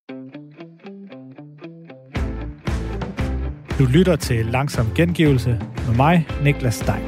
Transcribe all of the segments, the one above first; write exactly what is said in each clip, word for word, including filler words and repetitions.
Du lytter til Langsom Gengivelse med mig, Niklas Stein.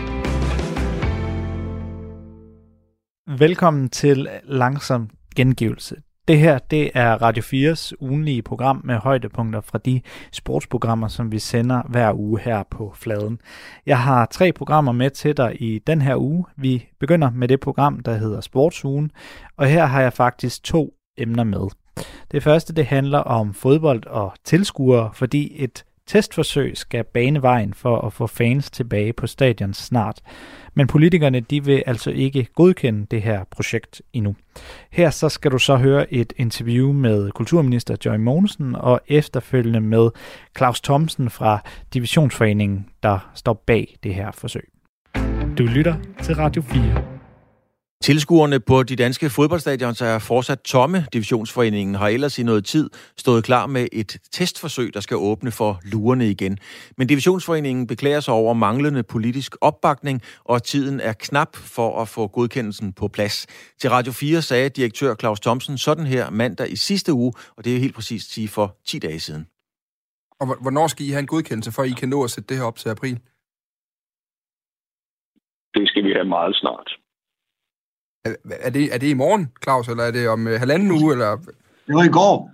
Velkommen til Langsom Gengivelse. Det her, det er Radio fires ugenlige program med højdepunkter fra de sportsprogrammer, som vi sender hver uge her på Fladen. Jeg har tre programmer med til dig i den her uge. Vi begynder med det program, der hedder Sportsugen, og her har jeg faktisk to emner med. Det første, det handler om fodbold og tilskuere, fordi et testforsøg skal bane vejen for at få fans tilbage på stadion snart. Men politikerne, de vil altså ikke godkende det her projekt endnu. Her så skal du så høre et interview med kulturminister Joy Mogensen og efterfølgende med Claus Thomsen fra Divisionsforeningen, der står bag det her forsøg. Du lytter til Radio fire. Tilskuerne på de danske fodboldstadions er fortsat tomme. Divisionsforeningen har ellers i noget tid stået klar med et testforsøg, der skal åbne for lurerne igen. Men Divisionsforeningen beklager sig over manglende politisk opbakning, og tiden er knap for at få godkendelsen på plads. Til Radio fire sagde direktør Claus Thomsen sådan her mandag i sidste uge, og det er helt præcist sige for ti dage siden. Og hvornår skal I have en godkendelse, for I kan nå at sætte det her op til april? Det skal vi have meget snart. Er det, er det i morgen, Claus, eller er det om øh, halvanden uge? Eller? Det var i går.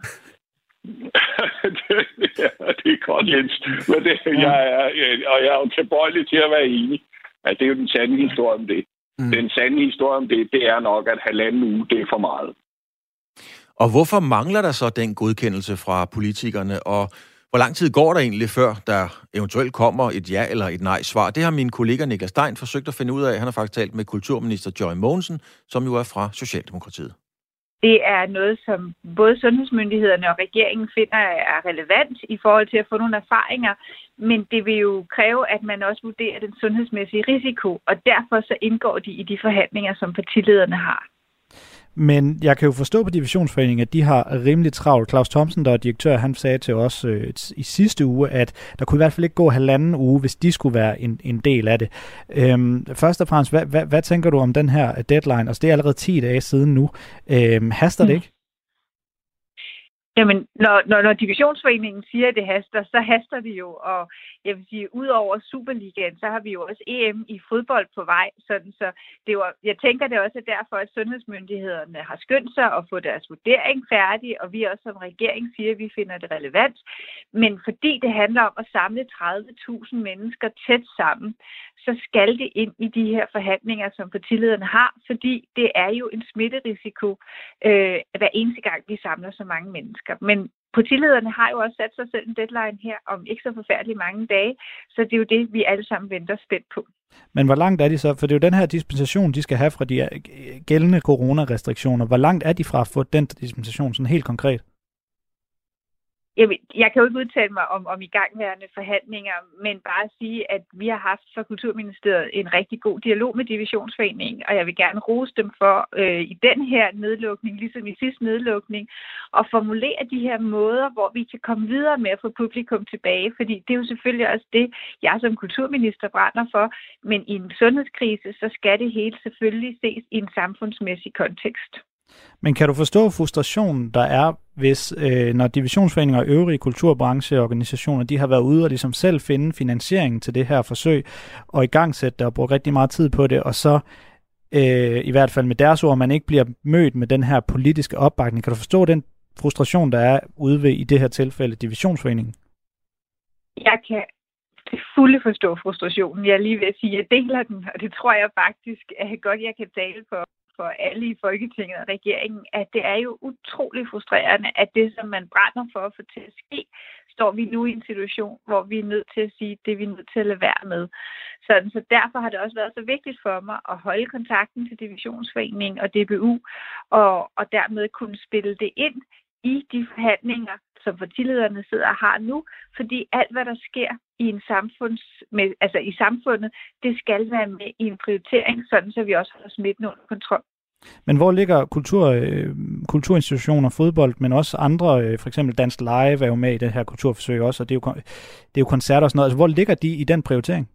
det, ja, det er godt, Jens. Men det, jeg er, og jeg er jo tilbøjelig til at være enig. At det er jo den sande historie om det. Mm. Den sande historie om det, det er nok, at halvanden uge, det er for meget. Og hvorfor mangler der så den godkendelse fra politikerne, og hvor lang tid går der egentlig, før der eventuelt kommer et ja eller et nej-svar? Det har min kollega Niklas Stein forsøgt at finde ud af. Han har faktisk talt med kulturminister Joy Mogensen, som jo er fra Socialdemokratiet. Det er noget, som både sundhedsmyndighederne og regeringen finder er relevant i forhold til at få nogle erfaringer, men det vil jo kræve, at man også vurderer den sundhedsmæssige risiko, og derfor så indgår de i de forhandlinger, som partilederne har. Men jeg kan jo forstå på Divisionsforeningen, at de har rimelig travlt. Claus Thomsen, der er direktør, han sagde til os øh, i sidste uge, at der kunne i hvert fald ikke gå halvanden uge, hvis de skulle være en, en del af det. Øhm, først og fremmest, hvad, hvad, hvad tænker du om den her deadline? Altså, det er allerede ti dage siden nu. Øhm, haster det ikke? Jamen, når, når, når Divisionsforeningen siger, at det haster, så haster det jo. Og jeg vil sige, ud over Superligaen, så har vi jo også E M i fodbold på vej. Sådan, så det var, jeg tænker, det også er derfor, at sundhedsmyndighederne har skyndt sig at få deres vurdering færdig, og vi også som regering siger, at vi finder det relevant. Men fordi det handler om at samle tredive tusind mennesker tæt sammen, så skal det ind i de her forhandlinger, som partilederne har, fordi det er jo en smitterisiko øh, hver eneste gang, vi samler så mange mennesker. Men partilederne har jo også sat sig selv en deadline her om ikke så forfærdeligt mange dage, så det er jo det, vi alle sammen venter spændt på. Men hvor langt er de så? For det er jo den her dispensation, de skal have fra de gældende coronarestriktioner. Hvor langt er de fra at få den dispensation sådan helt konkret? Jeg, ved, jeg kan jo ikke udtale mig om, om igangværende forhandlinger, men bare sige, at vi har haft fra Kulturministeriet en rigtig god dialog med Divisionsforeningen, og jeg vil gerne rose dem for øh, i den her nedlukning, ligesom i sidste nedlukning, at formulere de her måder, hvor vi kan komme videre med at få publikum tilbage, fordi det er jo selvfølgelig også det, jeg som kulturminister brænder for, men i en sundhedskrise, så skal det hele selvfølgelig ses i en samfundsmæssig kontekst. Men kan du forstå frustrationen, der er, hvis øh, når Divisionsforeninger og øvrige kulturbrancheorganisationer, de har været ude og ligesom selv finde finansieringen til det her forsøg, og i gang sætte det og bruge rigtig meget tid på det, og så øh, i hvert fald med deres ord, man ikke bliver mødt med den her politiske opbakning. Kan du forstå den frustration, der er ude ved i det her tilfælde Divisionsforeningen? Jeg kan til fulde forstå frustrationen. Jeg er lige ved at sige, at jeg deler den, og det tror jeg faktisk er godt, jeg kan tale for. for alle i Folketinget og regeringen, at det er jo utrolig frustrerende, at det, som man brænder for at få til at ske, står vi nu i en situation, hvor vi er nødt til at sige, det er vi nødt til at lade være med. Sådan, så derfor har det også været så vigtigt for mig at holde kontakten til Divisionsforeningen og D B U, og, og dermed kunne spille det ind i de forhandlinger, som partilederne sidder og har nu, fordi alt, hvad der sker i en samfunds, med, altså i samfundet, det skal være med i en prioritering, sådan så vi også har smitten under kontrol. Men hvor ligger kultur, øh, kulturinstitutioner, fodbold, men også andre, øh, for eksempel Dansk Live er jo med i det her kulturforsøg også, og det er jo, det er jo koncerter og sådan noget. Altså, hvor ligger de i den prioritering?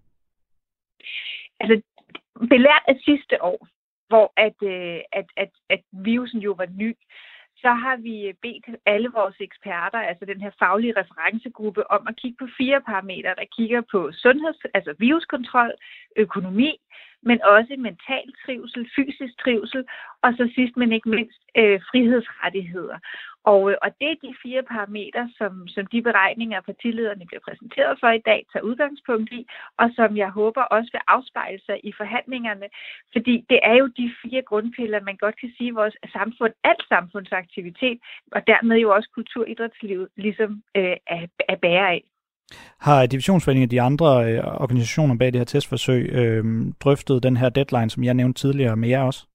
Altså, belært af sidste år, hvor at, øh, at, at, at virusen jo var ny, så har vi bedt alle vores eksperter, altså den her faglige referencegruppe, om at kigge på fire parametre, der kigger på sundheds, altså viruskontrol, økonomi, men også mental trivsel, fysisk trivsel, og så sidst, men ikke mindst, øh, frihedsrettigheder. Og, og det er de fire parametre, som, som de beregninger, partilederne bliver præsenteret for i dag, tager udgangspunkt i, og som jeg håber også vil afspejle sig i forhandlingerne. Fordi det er jo de fire grundpiller, man godt kan sige, vores samfund, alt samfundsaktivitet, og dermed jo også kultur- og idrætslivet, ligesom øh, er, er bærer af. Har Divisionsforeningen og de andre øh, organisationer bag det her testforsøg øh, drøftet den her deadline, som jeg nævnte tidligere, med jer også?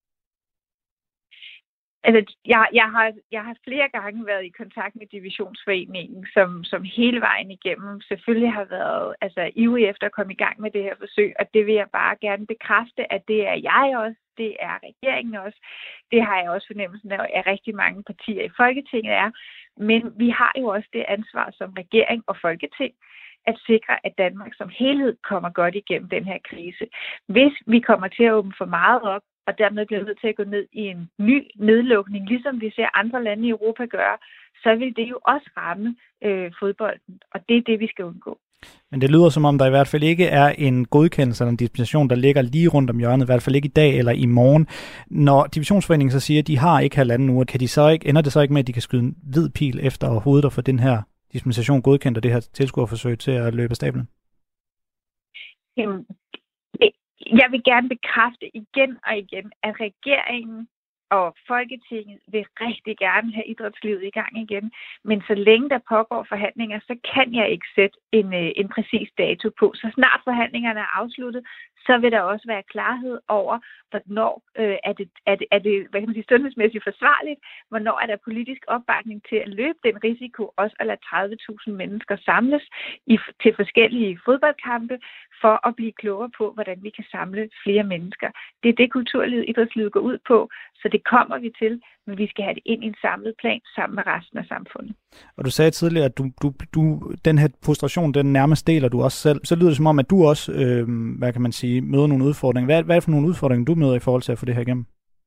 Altså, jeg, jeg, har, jeg har flere gange været i kontakt med Divisionsforeningen, som, som hele vejen igennem selvfølgelig har været altså, ivrig efter at komme i gang med det her forsøg, og det vil jeg bare gerne bekræfte, at det er jeg også, det er regeringen også, det har jeg også fornemmelsen af, at rigtig mange partier i Folketinget er, men vi har jo også det ansvar som regering og Folketing, at sikre, at Danmark som helhed kommer godt igennem den her krise. Hvis vi kommer til at åbne for meget op, og dermed bliver nødt til at gå ned i en ny nedlukning, ligesom vi ser andre lande i Europa gøre, så vil det jo også ramme øh, fodbolden, og det er det, vi skal undgå. Men det lyder som om, der i hvert fald ikke er en godkendelse eller en dispensation, der ligger lige rundt om hjørnet, i hvert fald ikke i dag eller i morgen. Når Divisionsforeningen så siger, at de har ikke halvanden uge, kan de så ikke, ender det så ikke med, at de kan skyde en hvid pil efter hovedet og få den her dispensation godkendt og det her tilskuerforsøg til at løbe af stablen? Jamen, jeg vil gerne bekræfte igen og igen, at regeringen og Folketinget vil rigtig gerne have idrætslivet i gang igen. Men så længe der pågår forhandlinger, så kan jeg ikke sætte en, en præcis dato på. Så snart forhandlingerne er afsluttet, så vil der også være klarhed over, hvornår øh, er, det, er, det, er det hvad kan man sige, sundhedsmæssigt forsvarligt, hvornår er der politisk opbakning til at løbe den risiko, også at lade tredive tusind mennesker samles i, til forskellige fodboldkampe, for at blive klogere på, hvordan vi kan samle flere mennesker. Det er det, kulturlivet, idrætslivet går ud på, så det kommer vi til, men vi skal have det ind i en samlet plan sammen med resten af samfundet. Og du sagde tidligere, at du, du, du, den her frustration, den nærmest deler du også selv. Så lyder det som om, at du også, øh, hvad kan man sige, møder nogle udfordringer. Hvad, hvad er det for nogle udfordringer, du møder i forhold til at få det her igennem?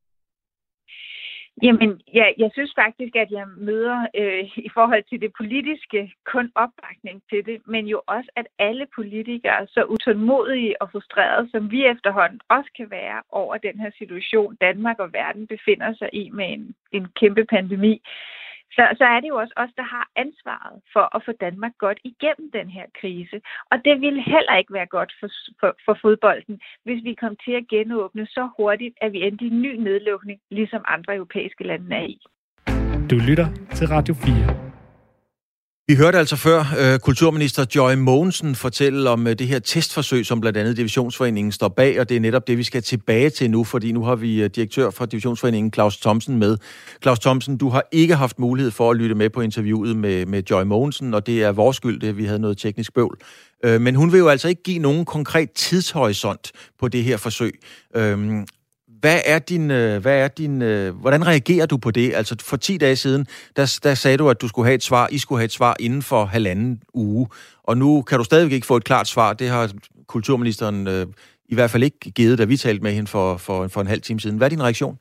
Jamen, ja, jeg synes faktisk, at jeg møder øh, i forhold til det politiske kun opbakning til det, men jo også, at alle politikere, så utålmodige og frustrerede, som vi efterhånden også kan være over den her situation, Danmark og verden befinder sig i med en, en kæmpe pandemi, så, så er det jo også os, der har ansvaret for at få Danmark godt igennem den her krise. Og det ville heller ikke være godt for, for, for fodbolden, hvis vi kom til at genåbne så hurtigt, at vi endte i en ny nedlukning, ligesom andre europæiske lande er i. Du lytter til Radio fire. Vi hørte altså før uh, kulturminister Joy Mogensen fortælle om uh, det her testforsøg, som blandt andet Divisionsforeningen står bag, og det er netop det, vi skal tilbage til nu, fordi nu har vi uh, direktør fra Divisionsforeningen, Claus Thomsen, med. Claus Thomsen, du har ikke haft mulighed for at lytte med på interviewet med, med Joy Mogensen, og det er vores skyld, det vi havde noget teknisk bøvl. Uh, men hun vil jo altså ikke give nogen konkret tidshorisont på det her forsøg. Uh, Hvad er din, hvad er din, hvordan reagerer du på det? Altså for ti dage siden, der, der sagde du, at du skulle have et svar, I skulle have et svar inden for halvanden uge. Og nu kan du stadigvæk ikke få et klart svar. Det har kulturministeren øh, i hvert fald ikke givet, da vi talte med hende for, for, for en halv time siden. Hvad er din reaktion?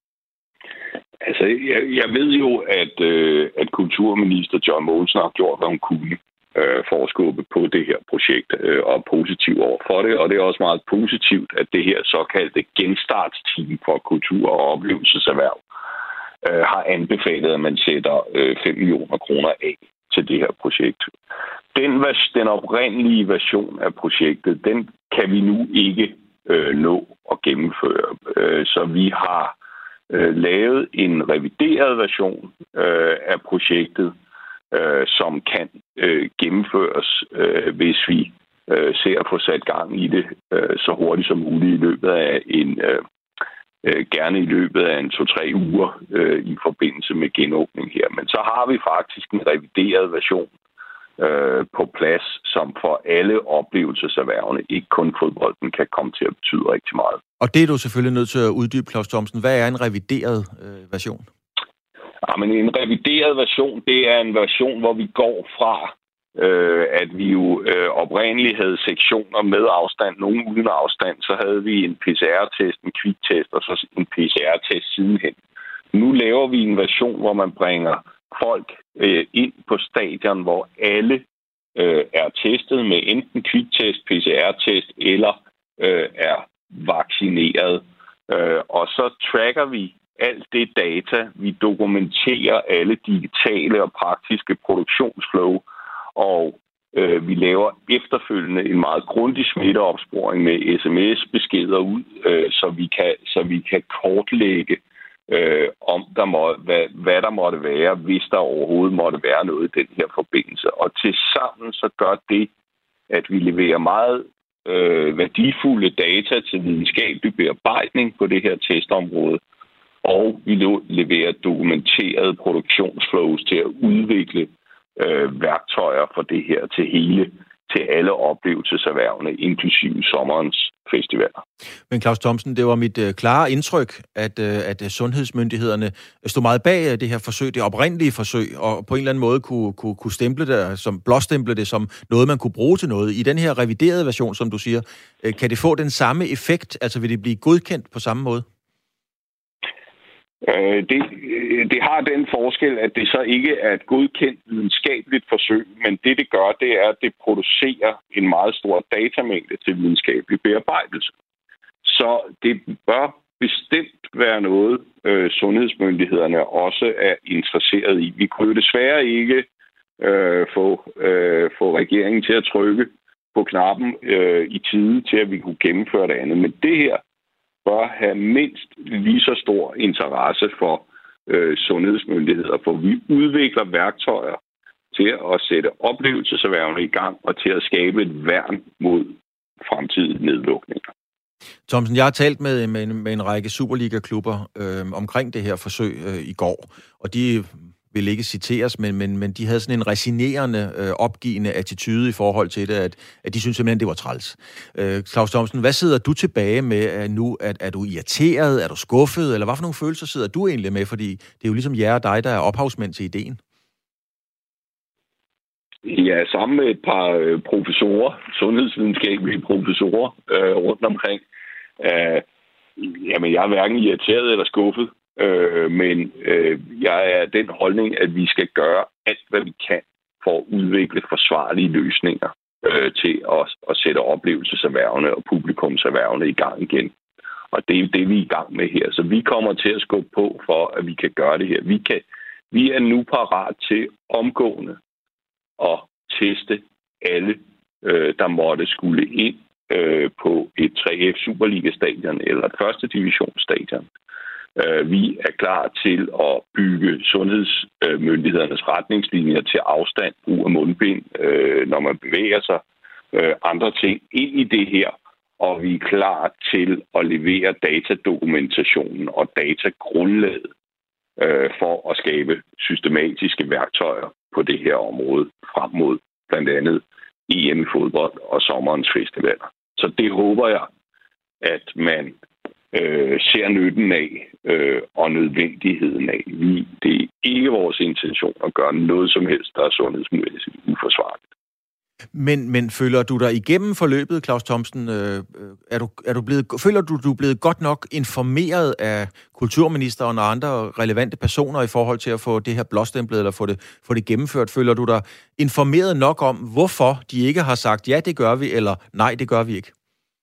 Altså, jeg, jeg ved jo, at, øh, at kulturminister Joy Mogensen har gjort, hvad hun kunne for at skubbe på det her projekt øh, og er positiv over for det. Og det er også meget positivt, at det her såkaldte genstartsteam for kultur- og oplevelseserhverv øh, har anbefalet, at man sætter øh, fem millioner kroner af til det her projekt. Den, den oprindelige version af projektet, den kan vi nu ikke øh, nå at gennemføre. Øh, så vi har øh, lavet en revideret version øh, af projektet, Øh, som kan øh, gennemføres, øh, hvis vi øh, ser at få sat gang i det øh, så hurtigt som muligt i løbet af en øh, øh, gerne i løbet af en to-tre uger øh, i forbindelse med genåbning her. Men så har vi faktisk en revideret version øh, på plads, som for alle oplevelseserhvervene, ikke kun fodbolden, kan komme til at betyde rigtig meget. Og det er du selvfølgelig nødt til at uddybe, Claus Thomsen. Hvad er en revideret øh, version? Ja, men en revideret version, det er en version, hvor vi går fra, øh, at vi jo øh, oprindeligt havde sektioner med afstand, nogle uden afstand, så havde vi en P C R-test, en kviktest og så en P C R-test sidenhen. Nu laver vi en version, hvor man bringer folk øh, ind på stadion, hvor alle øh, er testet med enten kviktest, P C R-test eller øh, er vaccineret. Øh, og så tracker vi alt det data. Vi dokumenterer alle digitale og praktiske produktionsflow, og øh, vi laver efterfølgende en meget grundig smitteopsporing med sms-beskeder ud, øh, så vi kan så vi kan kortlægge øh, om der må, hvad, hvad der måtte være, hvis der overhovedet måtte være noget i den her forbindelse. Og tilsammen så gør det, at vi leverer meget øh, værdifulde data til videnskabelig bearbejdning på det her testområde, og vi leverer dokumenterede produktionsflows til at udvikle øh, værktøjer for det her til hele, til alle oplevelseserhvervene, inklusive sommerens festivaler. Men Claus Thomsen, det var mit øh, klare indtryk, at, øh, at sundhedsmyndighederne stod meget bag det her forsøg, det oprindelige forsøg, og på en eller anden måde kunne, kunne, kunne stemple det, som blåstemple det som noget, man kunne bruge til noget. I den her reviderede version, som du siger, øh, kan det få den samme effekt? Altså vil det blive godkendt på samme måde? Det, det har den forskel, at det så ikke er et godkendt videnskabeligt forsøg, men det, det gør, det er, at det producerer en meget stor datamængde til videnskabelig bearbejdelse. Så det bør bestemt være noget, øh, sundhedsmyndighederne også er interesseret i. Vi kunne jo desværre ikke øh, få, øh, få regeringen til at trykke på knappen øh, i tide til, at vi kunne gennemføre det andet. Men det her bør have mindst lige så stor interesse for øh, sundhedsmyndigheder, for vi udvikler værktøjer til at sætte oplevelseserhvervene i gang og til at skabe et værn mod fremtidige nedlukninger. Thomsen, jeg har talt med, med, med en række Superliga-klubber øh, omkring det her forsøg øh, i går, og de vil ikke citeres, men, men, men de havde sådan en resignerende, øh, opgivende attitude i forhold til det, at, at de synes simpelthen, det var træls. Øh, Claus Thomsen, hvad sidder du tilbage med nu? Er, er du irriteret? Er du skuffet? Eller hvad for nogle følelser sidder du egentlig med? Fordi det er jo ligesom jer og dig, der er ophavsmænd til ideen. Ja, sammen med et par øh, professorer, sundhedsvidenskabelige professorer øh, rundt omkring. Øh, jamen, jeg er hverken irriteret eller skuffet. Øh, men øh, jeg er den holdning, at vi skal gøre alt, hvad vi kan for at udvikle forsvarlige løsninger øh, til at, at sætte oplevelseserhvervene og publikumserhvervene i gang igen. Og det er det, vi er i gang med her. Så vi kommer til at skubbe på for, at vi kan gøre det her. Vi, kan, vi er nu parat til omgående at teste alle, øh, der måtte skulle ind øh, på et tre F Superliga-stadion eller et første divisionsstadion. Vi er klar til at bygge sundhedsmyndighedernes retningslinjer til afstand, brug af mundbind, når man bevæger sig, andre ting ind i det her. Og vi er klar til at levere datadokumentationen og datagrundlaget for at skabe systematiske værktøjer på det her område frem mod blandt andet E M i fodbold og sommerens festivaler. Så det håber jeg, at man Øh, ser nytten af øh, og nødvendigheden af. Vi, det er ikke vores intention at gøre noget som helst, der er sundhedsmæssigt uforsvarligt. Men, men føler du dig igennem forløbet, Claus Thomsen? Øh, er du, er du blevet, føler du, du er blevet godt nok informeret af kulturministeren og andre relevante personer i forhold til at få det her blåstemplet eller få det, få det gennemført? Føler du dig informeret nok om, hvorfor de ikke har sagt, ja, det gør vi, eller nej, det gør vi ikke?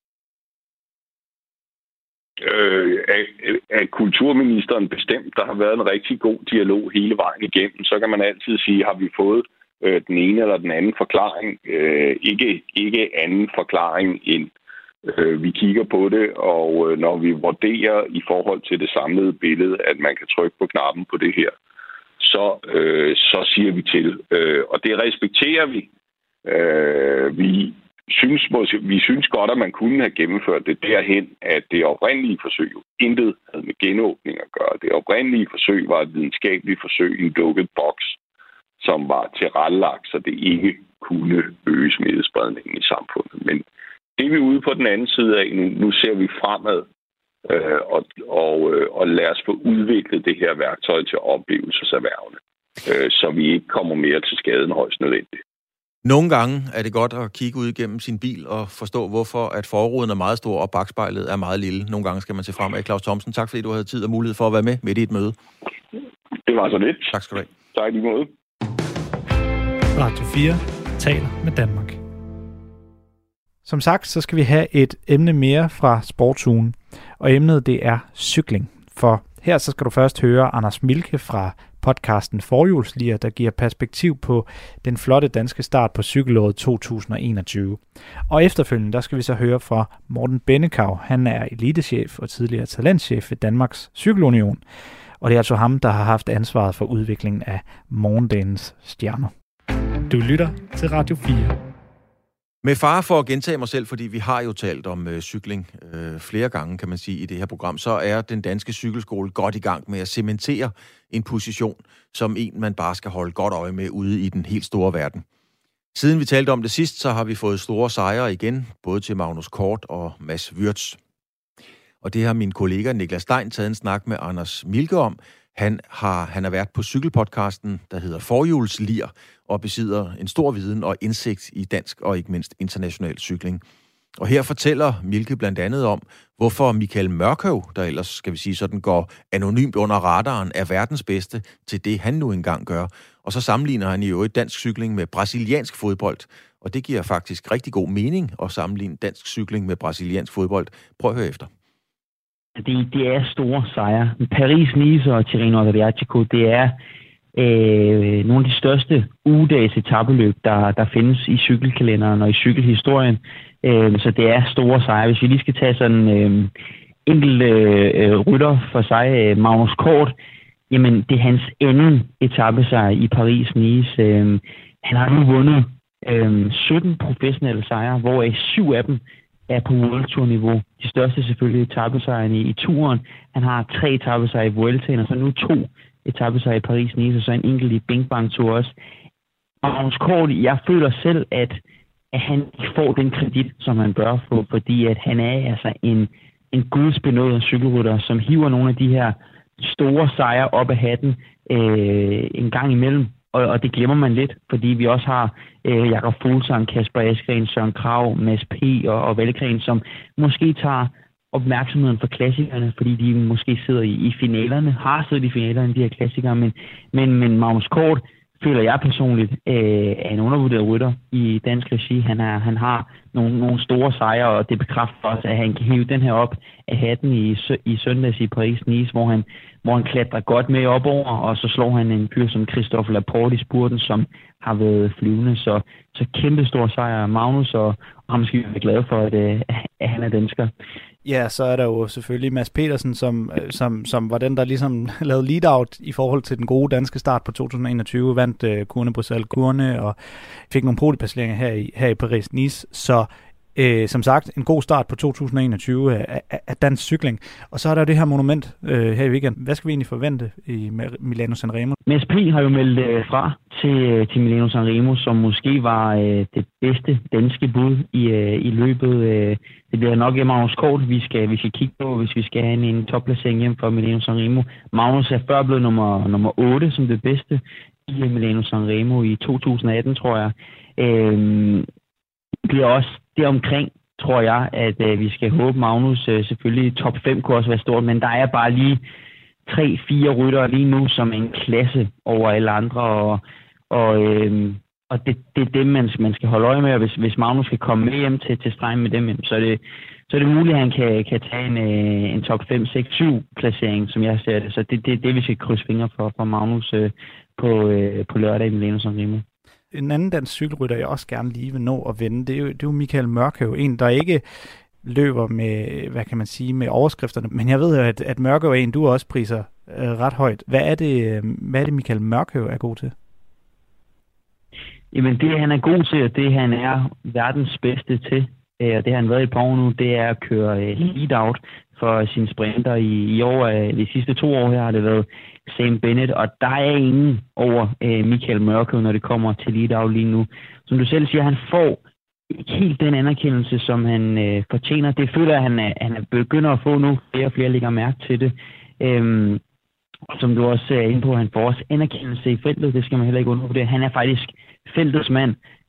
Øh, af, af kulturministeren bestemt. Der har været en rigtig god dialog hele vejen igennem. Så kan man altid sige, har vi fået øh, den ene eller den anden forklaring? Øh, ikke, ikke anden forklaring end øh, vi kigger på det, og øh, når vi vurderer i forhold til det samlede billede, at man kan trykke på knappen på det her, så, øh, så siger vi til. Øh, og det respekterer vi. Øh, vi Synes, vi synes godt, at man kunne have gennemført det derhen, at det oprindelige forsøg jo intet havde med genåbning at gøre. Det oprindelige forsøg var et videnskabeligt forsøg i en lukket boks, som var tilrettelagt, så det ikke kunne øge smittespredningen i samfundet. Men det er vi ude på den anden side af nu. Nu ser vi fremad, øh, og, og, øh, og lad os få udviklet det her værktøj til oplevelseserhvervene, øh, så vi ikke kommer mere til skaden højst nødvendigt. Nogle gange er det godt at kigge ud igennem sin bil og forstå, hvorfor at forruden er meget stor og bakspejlet er meget lille. Nogle gange skal man se fremad. Claus Thomsen, tak fordi du havde tid og mulighed for at være med midt i et møde. Det var så lidt. Tak skal du have. Tak lige måde. Radio fire taler med Danmark. Som sagt, så skal vi have et emne mere fra sportsugen, og emnet det er cykling. For her så skal du først høre Anders Milke fra podcasten Forhjulslier, der giver perspektiv på den flotte danske start på cykelåret to tusind og enogtyve. Og efterfølgende, der skal vi så høre fra Morten Bennekau. Han er elitechef og tidligere talentchef ved Danmarks Cykelunion. Og det er altså ham, der har haft ansvaret for udviklingen af morgendagens stjerner. Du lytter til Radio fire. Med fare for at gentage mig selv, fordi vi har jo talt om øh, cykling øh, flere gange, kan man sige, i det her program, så er den danske cykelskole godt i gang med at cementere en position, som en, man bare skal holde godt øje med ude i den helt store verden. Siden vi talte om det sidst, så har vi fået store sejre igen, både til Magnus Kort og Mads Wirtz. Og det har min kollega Niklas Stein taget en snak med Anders Milke om. Han har, han har været på cykelpodcasten, der hedder Forhjulslier, og besidder en stor viden og indsigt i dansk og ikke mindst international cykling. Og her fortæller Milke blandt andet om, hvorfor Michael Mørkøv, der ellers, skal vi sige sådan, går anonymt under radaren, er verdens bedste til det, han nu engang gør. Og så sammenligner han i øvrigt dansk cykling med brasiliansk fodbold. Og det giver faktisk rigtig god mening at sammenligne dansk cykling med brasiliansk fodbold. Prøv at høre efter. Det, det er store sejre. Paris-Nice og Tirreno Adriatico, det er øh, nogle af de største ugedags etapeløb, der, der findes i cykelkalenderen og i cykelhistorien. Øh, så det er store sejre. Hvis vi lige skal tage sådan øh, enkelt øh, rytter for sig, øh, Magnus Kort, jamen det er hans anden etapesejr i Paris-Nice. Øh, han har nu vundet øh, sytten professionelle sejre, hvoraf syv af dem er på World Tour-niveau. De største selvfølgelig etapesejrene i, i turen. Han har tre etapesejre i Vueltaen, og så nu to etapesejre i Paris-Nice, og så en enkelt i Bing Bang Tour også. Magnus Kort, jeg føler selv, at, at han får den kredit, som han bør få, fordi at han er altså en, en gudsbenådet cykelrytter, som hiver nogle af de her store sejre op af hatten øh, en gang imellem. Og, og det glemmer man lidt, fordi vi også har øh, Jakob Fuglsang, Kasper Asgreen, Søren Kragh, Mads P. og, og Valgren, som måske tager opmærksomheden for klassikerne, fordi de måske sidder i, i finalerne, har siddet i finalerne, de her klassikere, men, men, men Magnus Kort føler jeg personligt øh, er en undervurderet rytter i dansk regi. Han, er, han har nogle, nogle store sejre, og det bekræfter også, at han kan hive den her op af hatten i, i søndags i Paris-Nice, hvor han, hvor han klatrer godt med op over, og så slår han en fyr som Christophe Laporte i spurten, som har været flyvende. Så, så kæmpe stor sejr af Magnus, og, og ham skal vi være glade for, at, at han er dansker. Ja, så er der jo selvfølgelig Mads Petersen, som, som, som var den, der ligesom lavede lead-out i forhold til den gode danske start på to tusind og enogtyve, vandt uh, Kuurne Bruxelles Kuurne og fik nogle podieplaceringer her i, her i Paris-Nice. Så øh, som sagt, en god start på to tusind og enogtyve af, af, af dansk cykling. Og så er der jo det her monument øh, her i weekenden. Hvad skal vi egentlig forvente i Milano Sanremo? Mads P. har jo meldt øh, fra til, til Milano Sanremo, som måske var øh, det bedste danske bud i, øh, i løbet. Øh, det bliver nok Magnus Kort, vi skal, vi skal kigge på, hvis vi skal have en, en topplacering hjem for Milano Sanremo. Magnus er før blevet nummer, nummer otte som det bedste i Milano Sanremo i to tusind og atten, tror jeg. Øh, det bliver også deromkring, tror jeg, at øh, vi skal håbe Magnus. Øh, selvfølgelig top fem kunne også være stort, men der er bare lige tre, fire ryttere lige nu som en klasse over alle andre, og, og, øh, og det, det er dem, man, man skal holde øje med, og hvis, hvis Magnus skal komme med hjem til, til stregen med dem, så er det, så er det muligt, at han kan, kan tage en, en top fem, seks, syv placering, som jeg ser det. Så det er det, det, vi skal krydse fingre for, for Magnus øh, på, øh, på lørdag i Milano Sanremo. En anden dansk cykelrytter, jeg også gerne lige vil nå at vende, det er jo, det er jo Michael Mørkøv, en, der ikke løber med, hvad kan man sige, med overskrifterne. Men jeg ved jo, at, at Mørkøv er en, du også priser øh, ret højt. Hvad er det, hvad er det Michael Mørkøv er god til? Jamen det, han er god til, og det han er verdens bedste til, og det har han været i et par år nu, det er at køre lead-out for sine sprinter. I, i år, de sidste to år her, har det været Sam Bennett, og der er ingen over øh, Michael Mørkøv, når det kommer til lead-out lige nu. Som du selv siger, han får ikke helt den anerkendelse, som han øh, fortjener. Det føler jeg, at han, han er begynder at få nu. Flere og flere lægger mærke til det. Øhm, som du også er inde på, han får også anerkendelse i feltet. Det skal man heller ikke undervurdere. Han er faktisk feltets mand.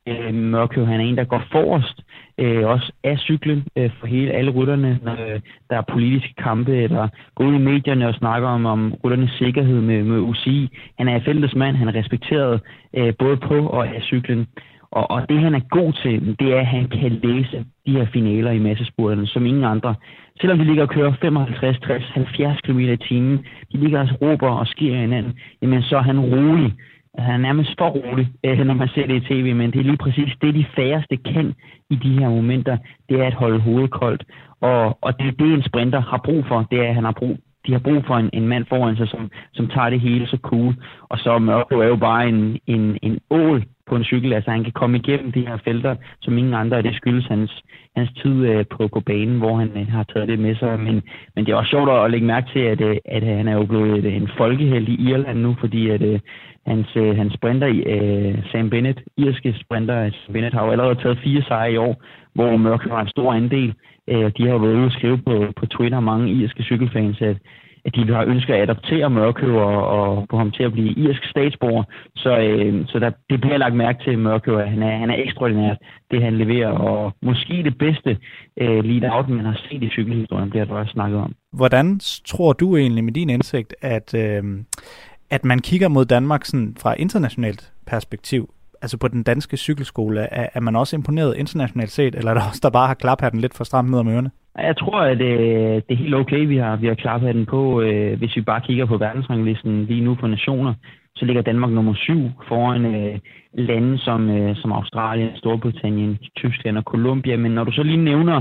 Øh, Mørkøv, han er en, der går forrest, øh, også af cyklen øh, for hele alle rytterne, når øh, der er politiske kampe, eller går ud i medierne og snakker om, om rytternes sikkerhed med, med U C I. Han er feltets mand, han er respekteret øh, både på og af cyklen. Og, og det, han er god til, det er, at han kan læse de her finaler i massespurterne, som ingen andre. Selvom de ligger og kører femoghalvtreds, tres, halvfjerds kilometer i timen, de ligger og råber og sker hinanden, jamen så er han rolig. Han er nærmest for rolig, når man ser det i tv, men det er lige præcis det, de færreste kan i de her momenter, det er at holde hovedet koldt. Og, og det er det, en sprinter har brug for, det er, at han har brug De har brug for en, en mand foran sig, som, som tager det hele så cool. Og så Mørkøv er jo bare en, en, en ål på en cykel. Altså han kan komme igennem de her felter, som ingen andre, og det skyldes hans, hans tid øh, på, på banen, hvor han øh, har taget det med sig. Men, men det er også sjovt at lægge mærke til, at, at, at han er jo blevet en folkehelt i Irland nu, fordi at øh, hans, øh, hans sprinter, øh, Sam Bennett, irske sprinter, Sam Bennett har jo allerede taget fire sejre i år, hvor Mørkøv har en stor andel. Øh, de har jo været ude og skrive på, på Twitter, mange irske cykelfans, at at de har ønsket at adoptere Mørkøv og, og få ham til at blive irsk statsborger. Så, øh, så der, det bliver lagt mærke til Mørkøv, at han er, han er ekstraordinært, det han leverer. Og måske det bedste øh, lead-out, man har set i cykelhistorien, bliver der også snakket om. Hvordan tror du egentlig med din indsigt, at, øh, at man kigger mod Danmark sådan fra internationalt perspektiv? Altså på den danske cykelskole, er, er man også imponeret internationalt set, eller er der også der bare har klaphatten lidt for stramt ned om ørerne? Jeg tror, at øh, det er helt okay, vi har, vi har klaphatten på. Øh, hvis vi bare kigger på verdensranglisten lige nu for nationer, så ligger Danmark nummer syv foran øh, lande som, øh, som Australien, Storbritannien, Tyskland og Colombia. Men når du så lige nævner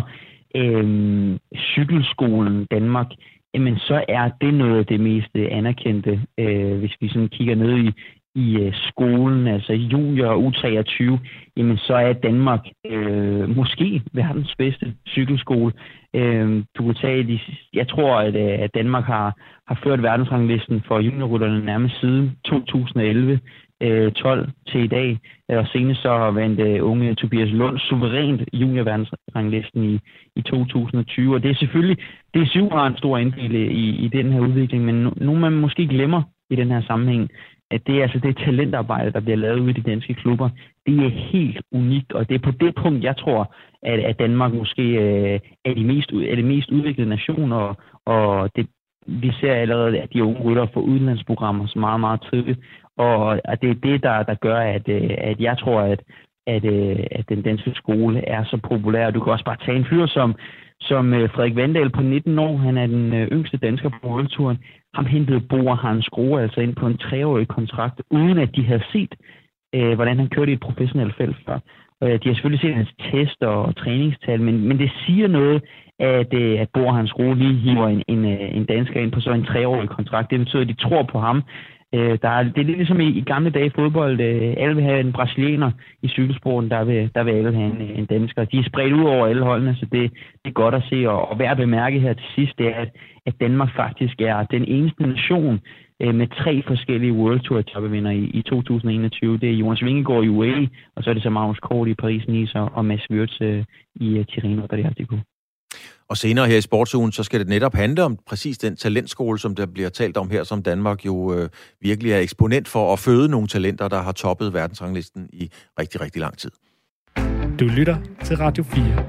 øh, cykelskolen Danmark, jamen så er det noget af det mest anerkendte, øh, hvis vi sådan kigger ned i i øh, skolen, altså junior og U treogtyve, jamen så er Danmark øh, måske verdens bedste cykelskole. Øh, du kan tage de, jeg tror, at, at Danmark har, har ført verdensranglisten for juniorrytterne nærmest siden to tusind og elleve tolv til i dag. Og senest så vandt uh, unge Tobias Lund suverænt juniorverdensranglisten i, i to tusind og tyve. Og det er selvfølgelig, det er syv har en stor andel i, i den her udvikling, men nu, nu man måske glemmer i den her sammenhæng, at det er altså det talentarbejde, der bliver lavet ude i de danske klubber. Det er helt unikt, og det er på det punkt, jeg tror, at, at Danmark måske øh, er, de mest, er det mest udviklede nation, og, og det, vi ser allerede, at de unge ryttere får udenlandsprogrammer så meget, meget tidligt. Og at det er det, der, der gør, at, at jeg tror, at, at, at den danske skole er så populær. Du kan også bare tage en fyr som, som Frederik Vandal på nitten år. Han er den yngste dansker på Worldtouren. Ham hentede Bo og Hans Grohe altså ind på en treårig kontrakt, uden at de havde set, øh, hvordan han kørte i et professionelt felt før. De har selvfølgelig set hans test og træningstal, men, men det siger noget, at, at Bo og Hans Grohe lige hiver en, en, en dansker ind på så en treårig kontrakt. Det betyder, at de tror på ham. Der er, det er lidt ligesom i, i gamle dage i fodbold. Alle vil have en brasilianer i cykelsporten, der vil, der vil alle have en, en dansker. De er spredt ud over alle holdene, så det, det er godt at se. Og, og værd at bemærke her til sidst, det er, at, at Danmark faktisk er den eneste nation øh, med tre forskellige World Tour etapevinder i, i to tusind og enogtyve. Det er Jonas Vingegaard i U A E, og så er det så Magnus Kort i Paris-Nice og, og Mads Wirtz øh, i uh, Tirreno Adriatico. Og senere her i Sportsugen, så skal det netop handle om præcis den talentskole, som der bliver talt om her, som Danmark jo øh, virkelig er eksponent for at føde nogle talenter, der har toppet verdensranglisten i rigtig, rigtig lang tid. Du lytter til Radio fire.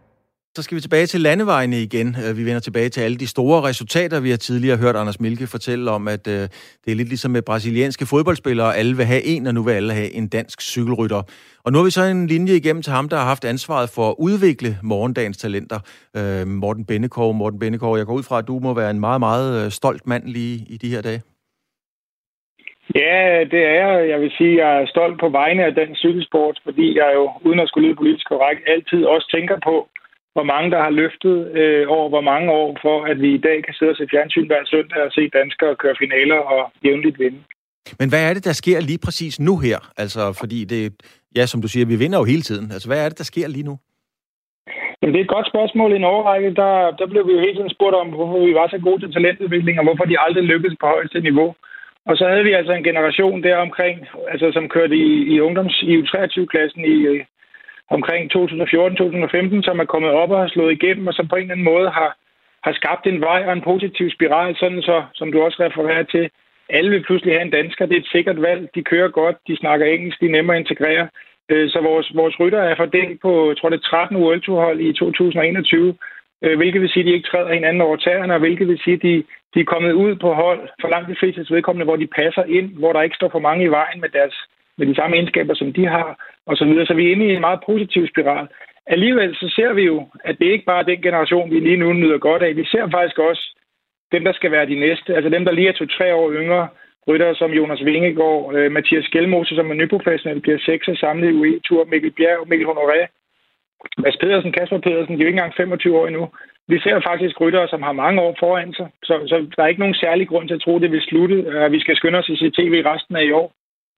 Så skal vi tilbage til landevejene igen. Vi vender tilbage til alle de store resultater. Vi har tidligere hørt Anders Milke fortælle om, at øh, det er lidt ligesom med brasilianske fodboldspillere. Alle vil have en, og nu vil alle have en dansk cykelrytter. Og nu har vi så en linje igennem til ham, der har haft ansvaret for at udvikle morgendagens talenter. Øh, Morten Bennekov. Morten Bennekov, jeg går ud fra, at du må være en meget, meget stolt mand lige i de her dage. Ja, det er jeg. Jeg vil sige, at jeg er stolt på vegne af den cykelsport, fordi jeg jo, uden at skulle lyde politisk korrekt, altid også tænker på, hvor mange, der har løftet øh, over hvor mange år, for at vi i dag kan sidde og se fjernsyn hver søndag og se danskere køre finaler og jævnligt vinde. Men hvad er det, der sker lige præcis nu her? Altså, fordi det, ja, som du siger, vi vinder jo hele tiden. Altså, hvad er det, der sker lige nu? Jamen, det er et godt spørgsmål. I en overrække, der, der blev vi jo hele tiden spurgt om, hvorfor vi var så gode til talentudvikling, og hvorfor de aldrig lykkedes på højeste niveau. Og så havde vi altså en generation der omkring, altså, som kørte i, i ungdoms i U treogtyve-klassen i omkring to tusind og fjorten til to tusind og femten, som er kommet op og har slået igennem, og som på en eller anden måde har, har skabt en vej og en positiv spiral, sådan så, som du også refererer til, alle vil pludselig have en dansker. Det er et sikkert valg. De kører godt, de snakker engelsk, de er nemme at integrere. Så vores, vores rytter er fordelt på, jeg tror det er tretten World Tour hold i to tusind og enogtyve, hvilket vil sige, at de ikke træder hinanden over tæerne, og hvilket vil sige, at de, de er kommet ud på hold for langt de fleste vedkommende, hvor de passer ind, hvor der ikke står for mange i vejen med, deres, med de samme egenskaber, som de har, og så videre. Så vi er inde i en meget positiv spiral. Alligevel så ser vi jo, at det ikke bare er den generation, vi lige nu nyder godt af. Vi ser faktisk også dem, der skal være de næste, altså dem, der lige er to-tre år yngre, ryttere som Jonas Vingegaard, øh, Mathias Skjelmose, som er nyprofessionel, bliver sekser samlet i U E Tour, Mikkel Bjerg, Mikkel Honoré, Mads Pedersen, Kasper Pedersen, de er jo ikke engang femogtyve år endnu. Vi ser faktisk ryttere, som har mange år foran sig, så, så der er ikke nogen særlig grund til at tro, at det vil slutte, at vi skal skynde os i C T V resten af i år.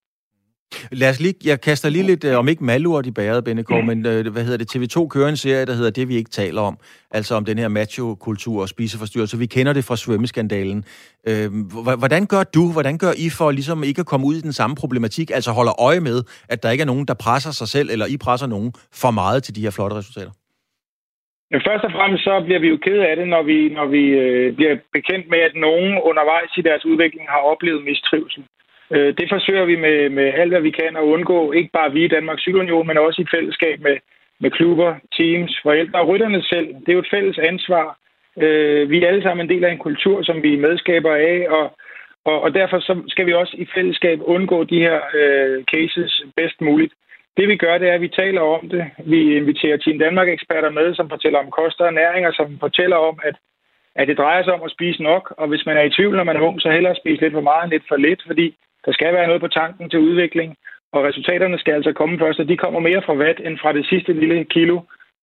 Lad os lige, jeg kaster lige lidt, om ikke malurt i bæret, Bennegaard, mm. men hvad hedder det, T V to kører en serie, der hedder Det, vi ikke taler om, altså om den her macho-kultur og spiseforstyrrelse. Vi kender det fra svømmeskandalen. Øh, hvordan gør du, hvordan gør I for ligesom ikke at komme ud i den samme problematik, altså holder øje med, at der ikke er nogen, der presser sig selv, eller I presser nogen for meget til de her flotte resultater? Ja, først og fremmest så bliver vi jo ked af det, når vi, når vi øh, bliver bekendt med, at nogen undervejs i deres udvikling har oplevet mistrivsel. Det forsøger vi med, med alt, hvad vi kan at undgå, ikke bare vi i Danmarks Cykelunion, men også i fællesskab med, med klubber, teams, forældre og rytterne selv. Det er jo et fælles ansvar. Vi er alle sammen en del af en kultur, som vi er medskaber af, og, og, og derfor så skal vi også i fællesskab undgå de her øh, cases bedst muligt. Det vi gør, det er, at vi taler om det. Vi inviterer Team Danmark-eksperter med, som fortæller om kost og ernæring, og som fortæller om, at, at det drejer sig om at spise nok, og hvis man er i tvivl, når man er ung, så hellere spise lidt for meget end lidt for lidt, fordi der skal være noget på tanken til udvikling, og resultaterne skal altså komme først, og de kommer mere fra watt end fra det sidste lille kilo.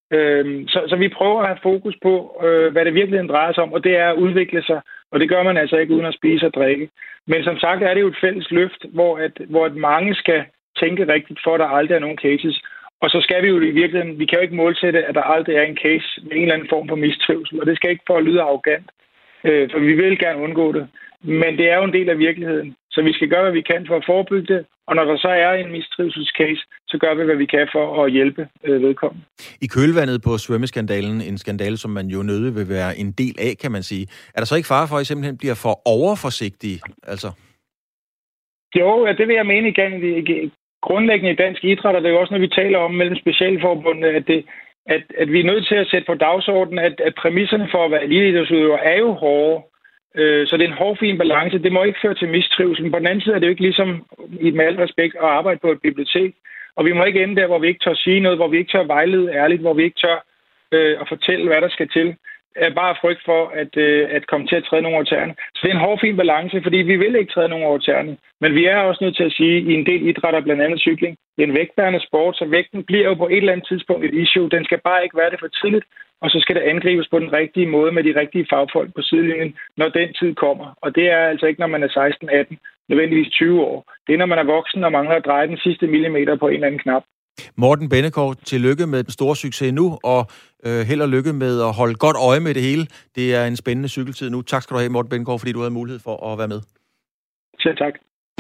Så, så vi prøver at have fokus på, hvad det virkelig drejer sig om, og det er at udvikle sig, og det gør man altså ikke uden at spise og drikke. Men som sagt er det jo et fælles løft, hvor, at, hvor at mange skal tænke rigtigt, for at der aldrig er nogen cases. Og så skal vi jo i virkeligheden, vi kan jo ikke målsætte, at der aldrig er en case med en eller anden form for mistrivsel, og det skal ikke for at lyde arrogant, for vi vil gerne undgå det. Men det er jo en del af virkeligheden, så vi skal gøre, hvad vi kan for at forebygge det, og når der så er en mistrivselscase, så gør vi, hvad vi kan for at hjælpe øh, vedkommende. I kølvandet på svømmeskandalen, en skandale, som man jo nødig vil være en del af, kan man sige, er der så ikke fare for, at I simpelthen bliver for overforsigtige? Altså? Jo, ja, det vil jeg mene igen. Grundlæggende i dansk idræt, og det er jo også, når vi taler om mellem specialforbundene, at, det, at, at vi er nødt til at sætte på dagsordenen, at, at præmisserne for at være eliteidrætsudøver er jo hårde. Så det er en hård, fin balance. Det må ikke føre til mistrivsel. På den anden side er det jo ikke ligesom, i med al respekt, at arbejde på et bibliotek. Og vi må ikke ende der, hvor vi ikke tør sige noget, hvor vi ikke tør vejlede ærligt, hvor vi ikke tør øh, at fortælle, hvad der skal til. Er bare frygt for at, øh, at komme til at træde nogen over tæerne. Så det er en hård, fin balance, fordi vi vil ikke træde nogen over tæerne. Men vi er også nødt til at sige, at i en del idrætter, blandt andet cykling, det er en vægtbærende sport, så vægten bliver jo på et eller andet tidspunkt et issue. Den skal bare ikke være det for tidligt, og så skal det angribes på den rigtige måde med de rigtige fagfolk på sidelinjen, når den tid kommer. Og det er altså ikke, når man er seksten, atten, nødvendigvis tyve år. Det er, når man er voksen og mangler at dreje den sidste millimeter på en eller anden knap. Morten Bennegaard, tillykke med den store succes nu, og øh, held og lykke med at holde godt øje med det hele. Det er en spændende cykeltid nu. Tak skal du have, Morten Bennegaard, fordi du havde mulighed for at være med. Selv tak.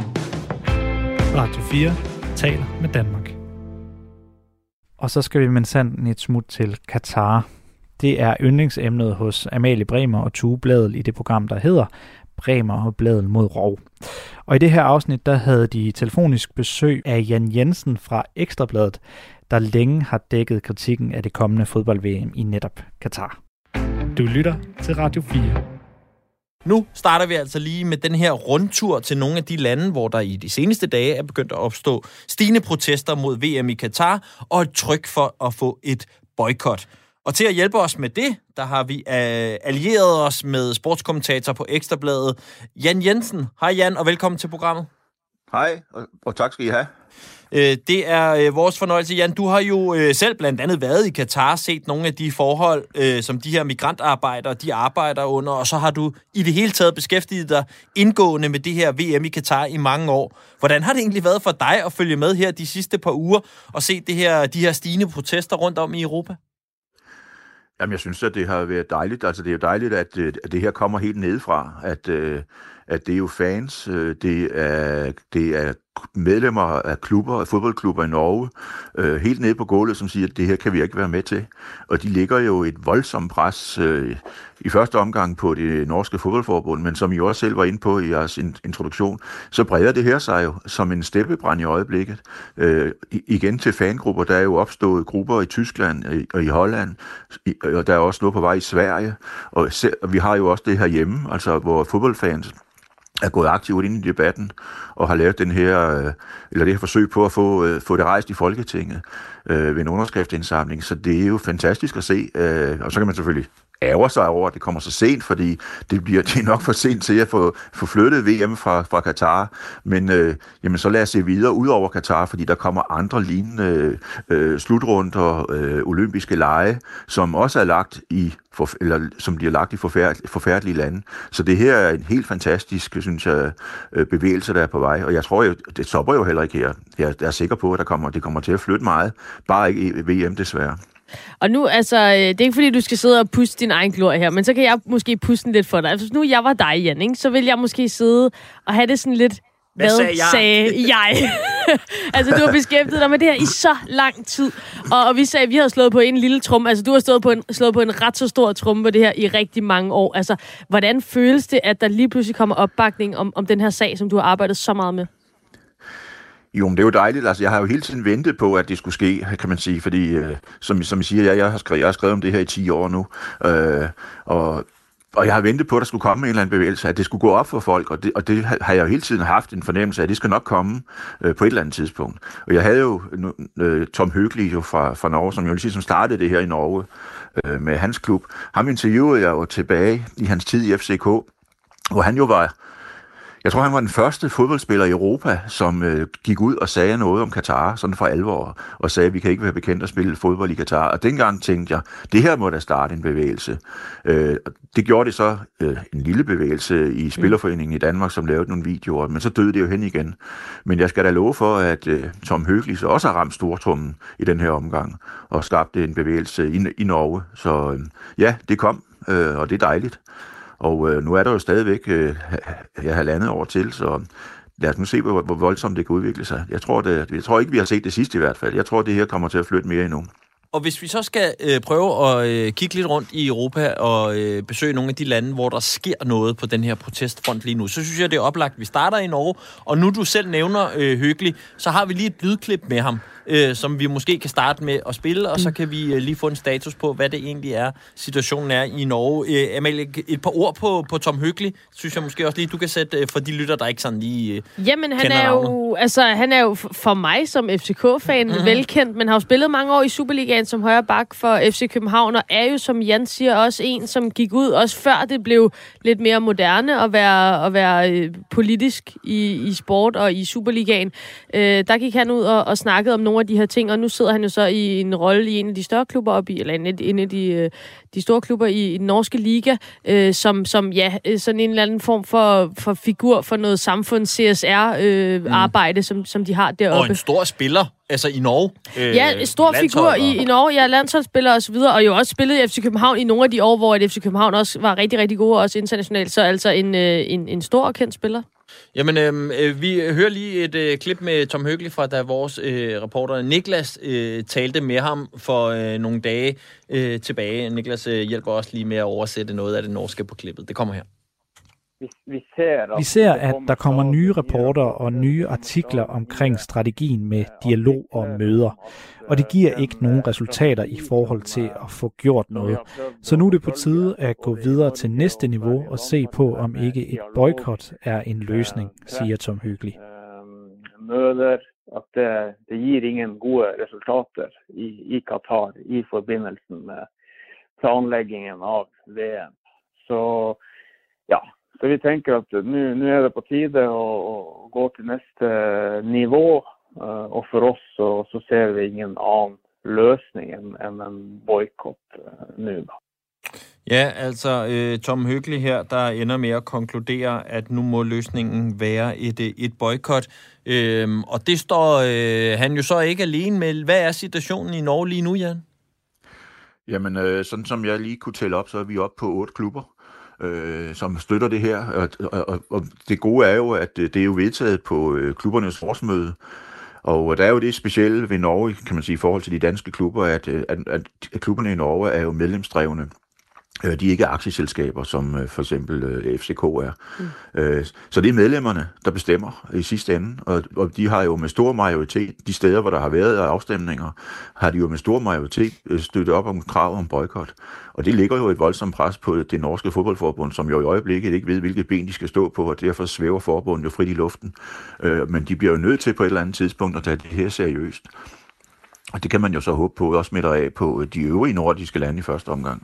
Radio fire taler med Danmark. Og så skal vi med sanden et smut til Katar. Det er yndlingsemnet hos Amalie Bremer og Tue Blædel i det program, der hedder Bremer og Blædel mod rov. Og i det her afsnit, der havde de telefonisk besøg af Jan Jensen fra Ekstrabladet, der længe har dækket kritikken af det kommende fodbold-V M i netop Katar. Du lytter til Radio fire. Nu starter vi altså lige med den her rundtur til nogle af de lande, hvor der i de seneste dage er begyndt at opstå stigende protester mod V M i Katar og et tryk for at få et boykot. Og til at hjælpe os med det, der har vi uh, allieret os med sportskommentator på Ekstrabladet, Jan Jensen. Hej Jan, og velkommen til programmet. Hej, og, og tak skal I have. Uh, det er uh, vores fornøjelse. Jan, du har jo uh, selv blandt andet været i Katar, set nogle af de forhold, uh, som de her migrantarbejdere, de arbejder under, og så har du i det hele taget beskæftiget dig indgående med det her V M i Katar i mange år. Hvordan har det egentlig været for dig at følge med her de sidste par uger og se det her, de her stigende protester rundt om i Europa? Jamen, jeg synes, at det har været dejligt. Altså, det er jo dejligt, at, at det her kommer helt nedefra. At, at det er jo fans, det er, det er medlemmer af klubber, af fodboldklubber i Norge, øh, helt nede på gulvet, som siger, at det her kan vi ikke være med til. Og de ligger jo et voldsomt pres øh, i første omgang på det norske fodboldforbund, men som I også selv var inde på i jeres introduktion, så breder det her sig jo som en steppebrand i øjeblikket. Øh, igen til fangrupper, der er jo opstået grupper i Tyskland og i Holland, og der er også noget på vej i Sverige, og, selv, og vi har jo også det her hjemme, altså hvor fodboldfans er gået aktivt ind i debatten og har lavet den her, eller det her forsøg på at få, få det rejst i Folketinget øh, ved en underskriftindsamling. Så det er jo fantastisk at se, øh, og så kan man selvfølgelig ærger sig over, at det kommer så sent, fordi det bliver det er nok for sent til at få, få flyttet V M fra, fra Katar. Men øh, jamen, så lad os se videre ud over Katar, fordi der kommer andre lignende øh, slutrunder, øh, olympiske lege, som også er lagt i, for, eller som bliver lagt i forfærdelige, forfærdelige lande. Så det her er en helt fantastisk, synes jeg, bevægelse, der er på vej. Og jeg tror jo, det stopper jo heller ikke her. Jeg er sikker på, at der kommer, det kommer til at flytte meget. Bare ikke i V M, desværre. Og nu, altså, det er ikke fordi, du skal sidde og puste din egen glorie her, men så kan jeg måske puste den lidt for dig. Altså, hvis nu jeg var dig, Jan, ikke, så vil jeg måske sidde og have det sådan lidt, hvad, hvad sagde jeg? Sagde jeg? Altså, du har beskæftiget dig med det her i så lang tid, og, og vi sagde, at vi havde slået på en lille tromme. Altså, du har stået på en, slået på en ret så stor tromme på det her i rigtig mange år. Altså, hvordan føles det, at der lige pludselig kommer opbakning om, om den her sag, som du har arbejdet så meget med? Jo, men det er jo dejligt. Altså, jeg har jo hele tiden ventet på, at det skulle ske, kan man sige, fordi, øh, som, som I siger, jeg, jeg, har skrevet, jeg har skrevet om det her i ti år nu, øh, og, og jeg har ventet på, at der skulle komme en eller anden bevægelse, at det skulle gå op for folk, og det, og det har jeg jo hele tiden haft en fornemmelse af, at det skal nok komme øh, på et eller andet tidspunkt. Og jeg havde jo øh, Tom Høgli jo fra, fra Norge, som jo ligesom startede det her i Norge øh, med hans klub. Ham interviewede jeg jo tilbage i hans tid i F C K, hvor han jo var... Jeg tror, han var den første fodboldspiller i Europa, som øh, gik ud og sagde noget om Katar, sådan for alvor, og sagde, at vi kan ikke være bekendt at spille fodbold i Katar. Og dengang tænkte jeg, det her må da starte en bevægelse. Øh, det gjorde det så øh, en lille bevægelse i Spillerforeningen i Danmark, som lavede nogle videoer, men så døde det jo hen igen. Men jeg skal da love for, at øh, Tom Høgli så også har ramt stortrummen i den her omgang, og skabte en bevægelse i, i Norge. Så øh, ja, det kom, øh, og det er dejligt. Og øh, nu er der jo stadigvæk øh, ja, halvandet år til, så lad os nu se, hvor, hvor voldsomt det kan udvikle sig. Jeg tror, det, jeg tror ikke, vi har set det sidste i hvert fald. Jeg tror, det her kommer til at flytte mere endnu. Og hvis vi så skal øh, prøve at øh, kigge lidt rundt i Europa og øh, besøge nogle af de lande, hvor der sker noget på den her protestfront lige nu, så synes jeg, det er oplagt, vi starter i Norge. Og nu du selv nævner øh, Høgli, så har vi lige et lydklip med ham, øh, som vi måske kan starte med at spille, og så kan vi øh, lige få en status på, hvad det egentlig er, situationen er i Norge. Øh, Amalie, et par ord på, på Tom Høgli, synes jeg måske også lige, du kan sætte øh, for de lytter, der ikke sådan lige øh, Jamen, han er jo, altså, han er jo for mig som F C K-fan mm-hmm. velkendt, men har jo spillet mange år i Superligaen som højre bak for F C København, og er jo, som Jan siger, også en, som gik ud, også før det blev lidt mere moderne at være, at være øh, politisk i, i sport og i Superligaen. Øh, der gik han ud og, og snakkede om nogle af de her ting, og nu sidder han jo så i en rolle i en af de større klubber op i, eller en af, en af de, øh, de store klubber i, i den norske liga, øh, som, som ja, sådan en eller anden form for, for figur for noget samfunds-C S R-arbejde, øh, mm. som, som de har deroppe. Og en stor spiller. Altså i Norge? Øh, ja, stor figur i, i Norge. Ja, landsholdsspiller og så videre, og jo også spillet i F C København i nogle af de år, hvor F C København også var rigtig, rigtig gode, også internationalt. Så altså en, en, en stor og kendt spiller. Jamen, øh, vi hører lige et øh, klip med Tom Høgli fra, da vores øh, reporter Niklas øh, talte med ham for øh, nogle dage øh, tilbage. Niklas øh, hjælper også lige med at oversætte noget af det norske på klippet. Det kommer her. Vi ser, at der kommer nye rapporter og nye artikler omkring strategien med dialog og møder, og det giver ikke nogen resultater i forhold til at få gjort noget. Så nu er det på tide at gå videre til næste niveau og se på, om ikke et boykot er en løsning, siger Tom Høgli. Møder, at det, det giver ingen gode resultater i, i Katar i forbindelsen med planlæggingen av V M. Så ja, så vi tænker, at nu, nu er det på tide at, at gå til næste niveau, og for os så, så ser vi ingen anden løsning end en boykot nu. Ja, altså øh, Tom Høgli her, der ender med at konkludere, at nu må løsningen være et, et boykot. Øhm, og det står øh, han jo så ikke alene med. Hvad er situationen i Norge lige nu, Jan? Jamen, øh, sådan som jeg lige kunne tælle op, så er vi oppe på otte klubber. øh, som støtter det her. Og, og, og det gode er jo, at det er jo vedtaget på øh, klubbernes årsmøde. Og der er jo det specielle ved Norge, kan man sige, i forhold til de danske klubber, at, at, at klubberne i Norge er jo medlemsdrevne. De er ikke aktieselskaber, som for eksempel F C K er. Mm. Så det er medlemmerne, der bestemmer i sidste ende, og de har jo med stor majoritet, de steder, hvor der har været afstemninger, har de jo med stor majoritet støttet op om krav om boykot. Og det ligger jo et voldsomt pres på det norske fodboldforbund, som jo i øjeblikket ikke ved, hvilket ben de skal stå på, og derfor svæver forbundet jo frit i luften. Men de bliver jo nødt til på et eller andet tidspunkt at tage det her seriøst. Og det kan man jo så håbe på, også smitter af på de øvrige nordiske lande i første omgang.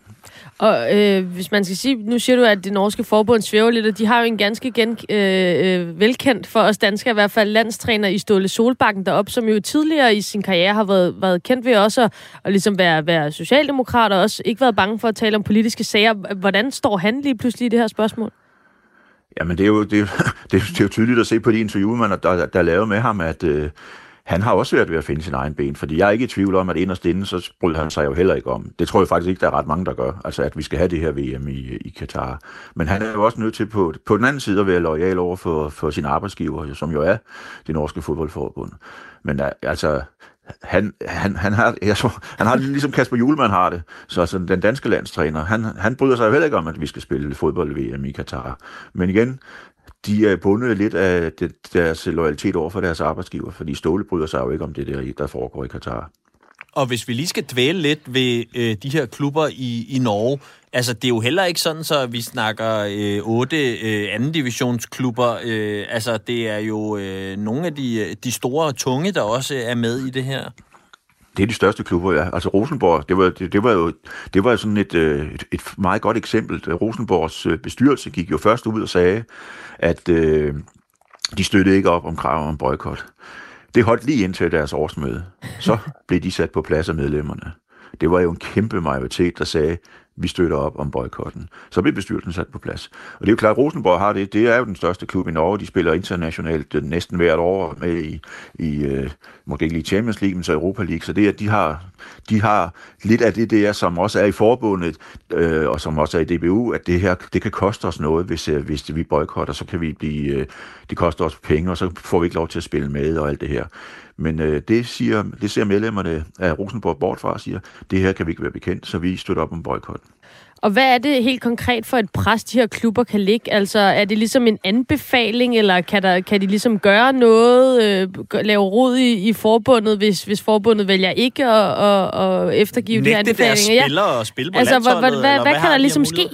Og øh, hvis man skal sige, nu siger du, at det norske forbund svæver lidt, og de har jo en ganske gen, øh, velkendt for os danskere, i hvert fald landstræner i Ståle Solbakken deroppe, som jo tidligere i sin karriere har været, været kendt ved også at, at ligesom være, være socialdemokrat, og også ikke været bange for at tale om politiske sager. Hvordan står han lige pludselig i det her spørgsmål? Jamen det er jo, det er, det er jo tydeligt at se på de interview, man der, der, der lavede med ham, at øh, han har også været ved at finde sin egen ben, fordi jeg er ikke i tvivl om, at inderst inde, så bryder han sig jo heller ikke om. Det tror jeg faktisk ikke, der er ret mange, der gør, altså at vi skal have det her V M i, i Katar. Men han er jo også nødt til på, på den anden side at være loyal over for, for sin arbejdsgiver, som jo er det norske fodboldforbund. Men altså, han, han, han, har, jeg tror, han har det ligesom Kasper Hjulmand har det, så altså, den danske landstræner, han, han bryder sig jo heller ikke om, at vi skal spille fodbold-V M i Katar. Men igen, de er bundet lidt af deres loyalitet over for deres arbejdsgiver, fordi Ståle bryder sig jo ikke om det der, der foregår i Katar. Og hvis vi lige skal dvæle lidt ved øh, de her klubber i, i Norge, altså det er jo heller ikke sådan, så vi snakker øh, otte øh, anden divisionsklubber. Øh, altså det er jo øh, nogle af de, de store tunge, der også er med i det her. Det er de største klubber, ja. Altså Rosenborg, det var, det, det var jo det var sådan et, et, et meget godt eksempel. Rosenborgs bestyrelse gik jo først ud og sagde, at øh, de støttede ikke op om krav om boykot. Det holdt lige indtil deres årsmøde. Så blev de sat på plads af medlemmerne. Det var jo en kæmpe majoritet, der sagde, vi støtter op om boykotten. Så blev bestyrelsen sat på plads. Og det er jo klart, at Rosenborg har det. Det er jo den største klub i Norge. De spiller internationalt næsten hvert år med i, i øh, måske ikke lige Champions League, men så Europa League. Så det er, at de har, de har lidt af det der, som også er i forbundet, øh, og som også er i D B U, at det her, det kan koste os noget, hvis, øh, hvis vi boykotter, så kan vi blive, øh, det koster os penge, og så får vi ikke lov til at spille med og alt det her. Men øh, det, siger, det ser medlemmerne af Rosenborg bort fra og siger, det her kan vi ikke være bekendt, så vi støtter op om boykot. Og hvad er det helt konkret for et pres, de her klubber kan ligge? Altså, er det ligesom en anbefaling, eller kan, der, kan de ligesom gøre noget, øh, lave rod i, i forbundet, hvis, hvis forbundet vælger ikke at, at, at eftergive Nægte de her anbefalinger? Nægte deres spillere og spille på altså, landsholdet? Hvad, hvad, hvad, hvad kan der ligesom ske?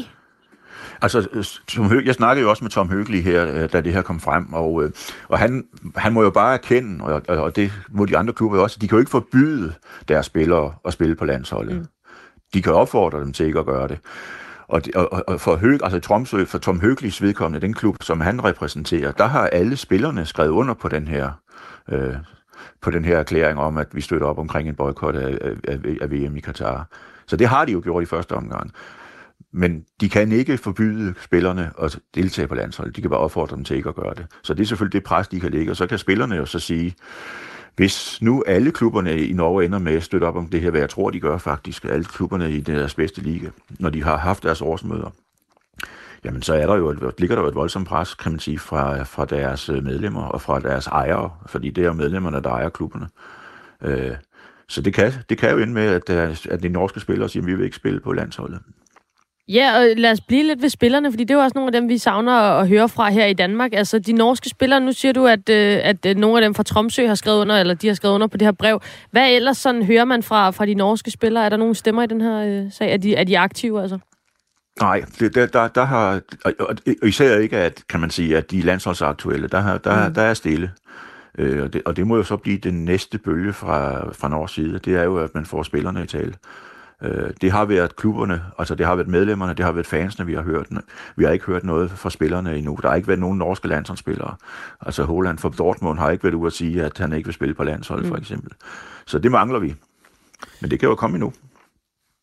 Altså, Tom Høgh, jeg snakkede jo også med Tom Høgh her, da det her kom frem, og, og han, han må jo bare erkende, og, og det må de andre klubber også, de kan jo ikke forbyde deres spillere at spille på landsholdet. Mm. De kan opfordre dem til ikke at gøre det. Og, og, og for, Høgh, altså Tromsø, for Tom Høglies vedkommende, den klub, som han repræsenterer, der har alle spillerne skrevet under på den her, øh, på den her erklæring om, at vi støtter op omkring en boykot af, af, af V M i Katar. Så det har de jo gjort i første omgang. Men de kan ikke forbyde spillerne at deltage på landsholdet. De kan bare opfordre dem til ikke at gøre det. Så det er selvfølgelig det pres, de kan lægge. Og så kan spillerne jo så sige, hvis nu alle klubberne i Norge ender med at støtte op om det her, hvad jeg tror, de gør faktisk, alle klubberne i deres bedste liga, når de har haft deres årsmøder, jamen så er der jo, ligger der jo et voldsomt pres, kan man sige, fra, fra deres medlemmer og fra deres ejere, fordi det er medlemmerne, der ejer klubberne. Øh, så det kan, det kan jo ende med, at, at de norske spillere siger, at vi vil ikke spille på landsholdet. Ja, og lad os blive lidt ved spillerne, fordi det er jo også nogle af dem, vi savner at høre fra her i Danmark. Altså, de norske spillere, nu siger du, at, at nogle af dem fra Tromsø har skrevet under, eller de har skrevet under på det her brev. Hvad ellers sådan hører man fra, fra de norske spillere? Er der nogle stemmer i den her øh, sag? Er de, er de aktive, altså? Nej, det, der, der, der har, og især ikke, at, kan man sige, at de er landsholdsaktuelle, der, har, der, mm. der er stille. Øh, og, det, og det må jo så blive den næste bølge fra, fra Norges side. Det er jo, at man får spillerne i tale. Det har været klubberne, altså det har været medlemmerne, det har været fansene, vi har hørt. Vi har ikke hørt noget fra spillerne endnu. Der har ikke været nogen norske landsholdsspillere. Altså Haaland fra Dortmund har ikke været ude at sige, at han ikke vil spille på landsholdet, for eksempel. Så det mangler vi. Men det kan jo komme endnu.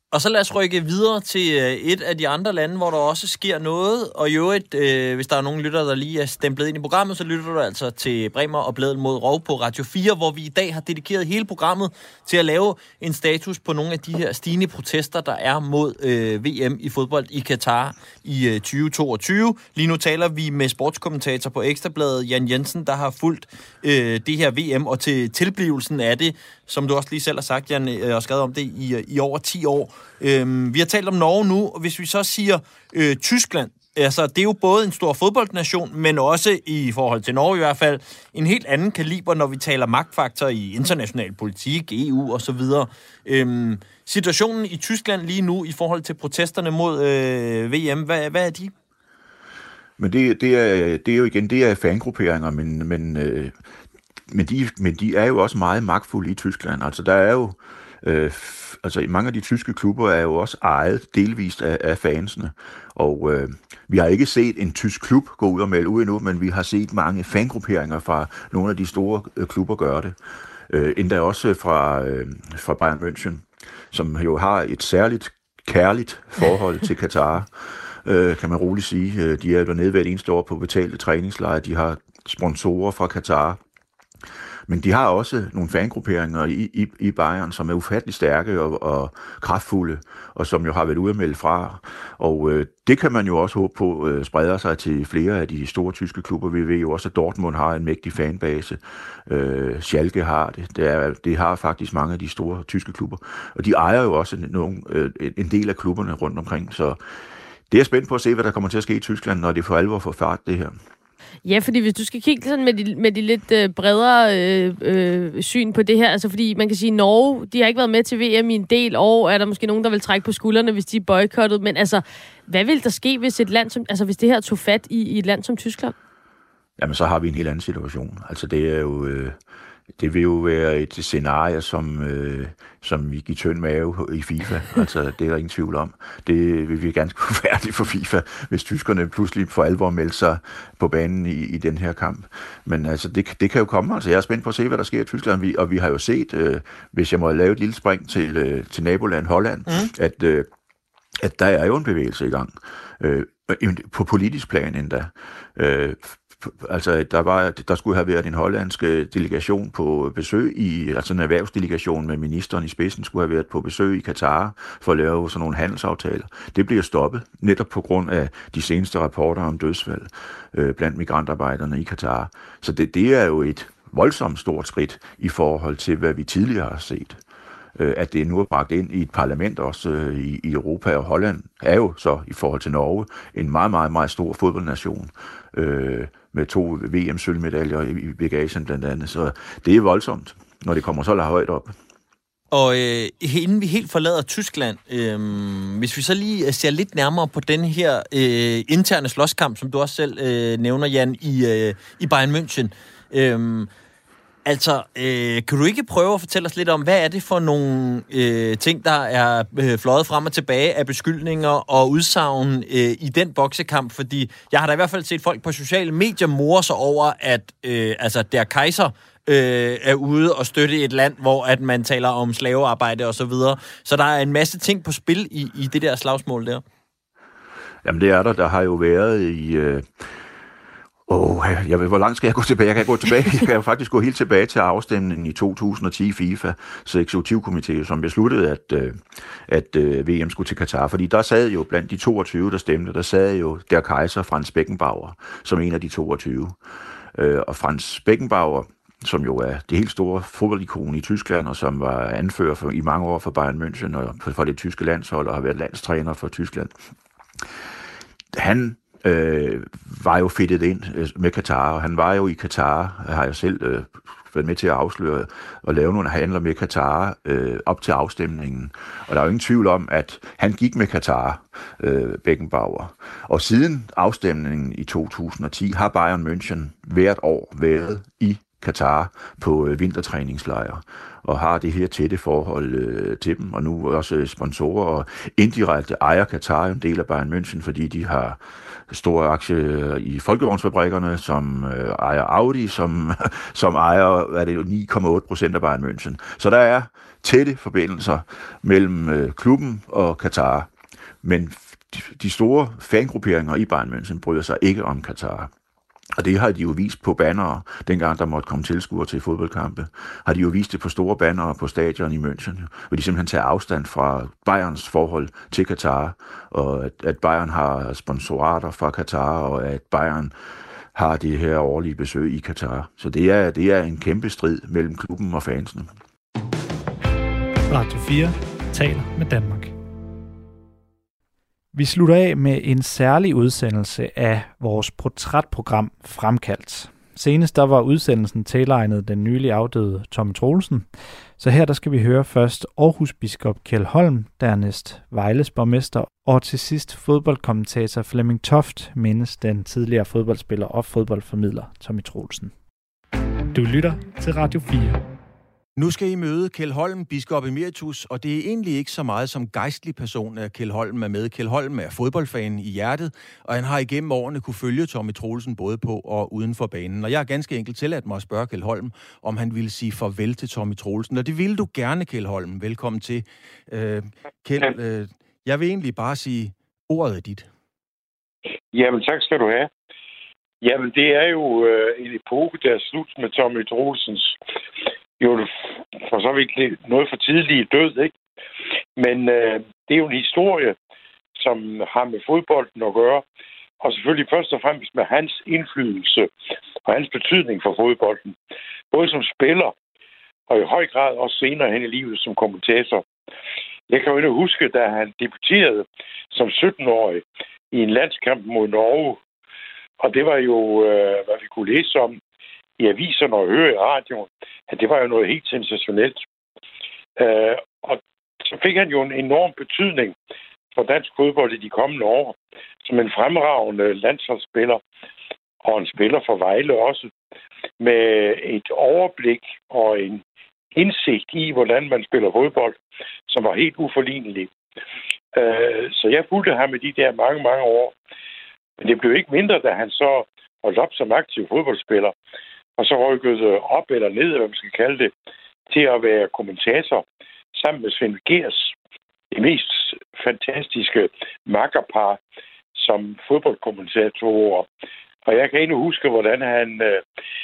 Og så lad os rykke videre til et af de andre lande, hvor der også sker noget. Og i øvrigt, øh, hvis der er nogen lyttere, der lige er stemplet ind i programmet, så lytter du altså til Bremer og Blædel mod Rov på Radio fire, hvor vi i dag har dedikeret hele programmet til at lave en status på nogle af de her stigende protester, der er mod øh, V M i fodbold i Katar i øh, tyve toogtyve. Lige nu taler vi med sportskommentator på Ekstrabladet, Jan Jensen, der har fulgt øh, det her V M og til tilblivelsen af det, som du også lige selv har sagt, Jan, øh, og skrevet om det i, i over ti år. Øhm, vi har talt om Norge nu, og hvis vi så siger øh, Tyskland, altså det er jo både en stor fodboldnation, men også i forhold til Norge i hvert fald, en helt anden kaliber, når vi taler magtfaktor i international politik, E U og så videre. Øhm, situationen i Tyskland lige nu i forhold til protesterne mod øh, V M, hvad, hvad er de? Men det, det, er, det er jo igen, det er fangrupperinger, men, men, øh, men, de, men de er jo også meget magtfulde i Tyskland. Altså der er jo øh, altså mange af de tyske klubber er jo også ejet delvist af, af fansene, og øh, vi har ikke set en tysk klub gå ud og melde ud endnu, men vi har set mange fangrupperinger fra nogle af de store øh, klubber gøre det. Øh, endda også fra, øh, fra Bayern München, som jo har et særligt kærligt forhold til Katar, øh, kan man roligt sige. De er jo dernede hvert eneste år på betalte træningslejre, de har sponsorer fra Katar. Men de har også nogle fangrupperinger i, i, i Bayern, som er ufattelig stærke og, og kraftfulde, og som jo har været ude at melde fra. Og øh, det kan man jo også håbe på øh, spreder sig til flere af de store tyske klubber. Vi ved jo også, at Dortmund har en mægtig fanbase. Øh, Schalke har det. Det, er, det har faktisk mange af de store tyske klubber. Og de ejer jo også nogle, øh, en del af klubberne rundt omkring. Så det er spændt på at se, hvad der kommer til at ske i Tyskland, når det for alvor får fart, det her. Ja, fordi hvis du skal kigge sådan med de, med de lidt øh, bredere øh, øh, syn på det her, altså fordi man kan sige, Norge, de har ikke været med til V M i en del år, er der måske nogen, der vil trække på skuldrene, hvis de er boykottet, men altså, hvad vil der ske, hvis et land som, altså hvis det her tog fat i, i et land som Tyskland? Jamen, så har vi en helt anden situation. Altså, det er jo... Øh Det vil jo være et scenarie, som, øh, som vi giver tynd mave i FIFA. Altså, det er der ingen tvivl om. Det vil blive ganske forfærdeligt for FIFA, hvis tyskerne pludselig for alvor melder sig på banen i, i den her kamp. Men altså, det, det kan jo komme. Altså, jeg er spændt på at se, hvad der sker i Tyskland. Vi, og vi har jo set, øh, hvis jeg må lave et lille spring til, øh, til naboland Holland, mm. at, øh, at der er jo en bevægelse i gang. Øh, på politisk plan endda. Øh, Altså, der, var, der skulle have været en hollandsk delegation på besøg i, altså en erhvervsdelegation med ministeren i spidsen, skulle have været på besøg i Katar for at lave sådan nogle handelsaftaler. Det bliver stoppet, netop på grund af de seneste rapporter om dødsfald øh, blandt migrantarbejderne i Katar. Så det, det er jo et voldsomt stort skridt i forhold til, hvad vi tidligere har set. At det nu er bragt ind i et parlament også øh, i, i Europa, og Holland er jo så i forhold til Norge en meget, meget, meget stor fodboldnation øh, med to V M-sølvmedaljer i, i bagagen blandt andet. Så det er voldsomt, når det kommer så langt højt op. Og øh, inden vi helt forlader Tyskland, øh, hvis vi så lige ser lidt nærmere på den her øh, interne slåskamp, som du også selv øh, nævner, Jan, i, øh, i Bayern München. Øh, Altså, øh, kan du ikke prøve at fortælle os lidt om, hvad er det for nogle øh, ting, der er øh, fløjet frem og tilbage af beskyldninger og udsagn øh, i den boksekamp? Fordi jeg har da i hvert fald set folk på sociale medier more sig over, at øh, altså, der Kaiser øh, er ude og støtte et land, hvor at man taler om slavearbejde og så videre. Så der er en masse ting på spil i, i det der slagsmål der. Jamen, det er der. Der har jo været i... Øh Åh, oh, jeg ved, hvor langt skal jeg gå tilbage? Jeg kan gå tilbage. Jeg kan faktisk gå helt tilbage til afstemningen i to tusind og ti FIFAs eksekutivkomité, som besluttede, at, at, at V M skulle til Katar. Fordi der sad jo blandt de toogtyve, der stemte, der sad jo der Kaiser Franz Beckenbauer som en af de toogtyve. Og Franz Beckenbauer, som jo er det helt store fodboldikon i Tyskland, og som var anfører for, i mange år for Bayern München og for, for det tyske landshold, og har været landstræner for Tyskland. Han Øh, var jo fedtet ind øh, med Katar, og han var jo i Katar, har jeg selv øh, været med til at afsløre og lave nogle handler med Katar øh, op til afstemningen. Og der er jo ingen tvivl om, at han gik med Katar, øh, Beckenbauer. Og siden afstemningen i to tusind og ti har Bayern München hvert år været i Katar på øh, vintertræningslejre, og har det her tætte forhold øh, til dem, og nu også sponsorer, og indirekte ejer Katar en del af Bayern München, fordi de har store aktier i folkevognsfabrikkerne, som øh, ejer Audi, som, som ejer hvad er det, ni komma otte procent af Bayern München. Så der er tætte forbindelser mellem øh, klubben og Katar, men de, de store fangrupperinger i Bayern München bryder sig ikke om Katar. Og det har de jo vist på bannere, dengang der måtte komme tilskuere til fodboldkampe. Har de jo vist det på store bannere på stadion i München, hvor de simpelthen tager afstand fra Bayerns forhold til Katar, og at, at Bayern har sponsorater fra Katar, og at Bayern har det her årlige besøg i Katar. Så det er, det er en kæmpe strid mellem klubben og fansene. Radio fire taler med Danmark. Vi slutter af med en særlig udsendelse af vores portrætprogram Fremkaldt. Senest der var udsendelsen tilegnet den nylig afdøde Tommy Troelsen. Så her der skal vi høre først Aarhus biskop Kjeld Holm, dernæst Vejles borgmester, og til sidst fodboldkommentator Flemming Toft mindes den tidligere fodboldspiller og fodboldformidler Tommy Troelsen. Du lytter til Radio fire. Nu skal I møde Kjeld Holm, biskop emeritus, og det er egentlig ikke så meget som gejstlig person, at Kjeld Holm er med. Kjeld Holm er fodboldfan i hjertet, og han har igennem årene kunne følge Tommy Troelsen både på og uden for banen. Og jeg har ganske enkelt tilladt mig at spørge Kjeld Holm, om han ville sige farvel til Tommy Troelsen. Og det ville du gerne, Kjeld Holm. Velkommen til. Øh, Kjeld, øh, jeg vil egentlig bare sige, ordet er dit. Jamen, tak skal du have. Jamen, det er jo øh, en epoke, der er slut med Tommy Troelsens jo for så vidt noget for tidlig død, ikke? Men øh, det er jo en historie, som har med fodbolden at gøre, og selvfølgelig først og fremmest med hans indflydelse og hans betydning for fodbolden. Både som spiller, og i høj grad også senere hen i livet som kommentator. Jeg kan jo endnu huske, da han debuterede som sytten-årig i en landskamp mod Norge, og det var jo, øh, hvad vi kunne læse om i aviserne og høre i radioen, at det var jo noget helt sensationelt. Øh, og så fik han jo en enorm betydning for dansk fodbold i de kommende år, som en fremragende landsholdsspiller, og en spiller for Vejle også, med et overblik og en indsigt i, hvordan man spiller fodbold, som var helt uforlignelig. Øh, så jeg fulgte ham med de der mange, mange år. Men det blev ikke mindre, da han så holdt op som aktiv fodboldspiller, og så rykkede op eller ned, hvad man skal kalde det, til at være kommentator sammen med Svend Gers, det mest fantastiske makkerpar som fodboldkommentatorer. Og jeg kan endnu huske, hvordan han øh,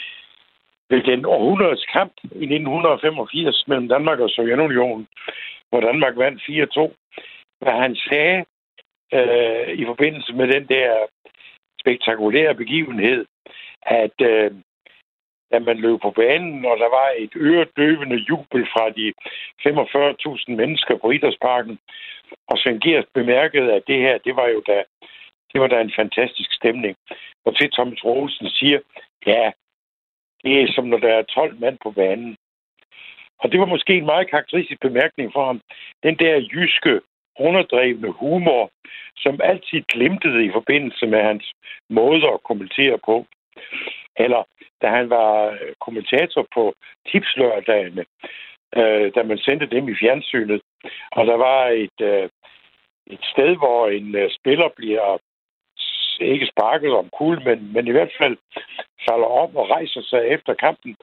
ved den århundredes kamp i nitten femogfirs mellem Danmark og Sovjetunionen, hvor Danmark vandt fire to, hvad han sagde øh, i forbindelse med den der spektakulære begivenhed, at øh, da man løb på banen, og der var et øredøvende jubel fra de femogfyrre tusind mennesker på Idrætsparken, og Svend Gers bemærkede, at det her, det var jo da, det var da en fantastisk stemning. Og til Tommy Troelsen siger, ja, det er som når der er tolv mand på banen. Og det var måske en meget karakteristisk bemærkning for ham. Den der jyske, underdrevne humor, som altid glimtede i forbindelse med hans måde at kommentere på. Eller da han var kommentator på tipslørdagene, øh, da man sendte dem i fjernsynet, og der var et, øh, et sted, hvor en øh, spiller bliver ikke sparket om kul, men, men i hvert fald falder op og rejser sig efter kampen.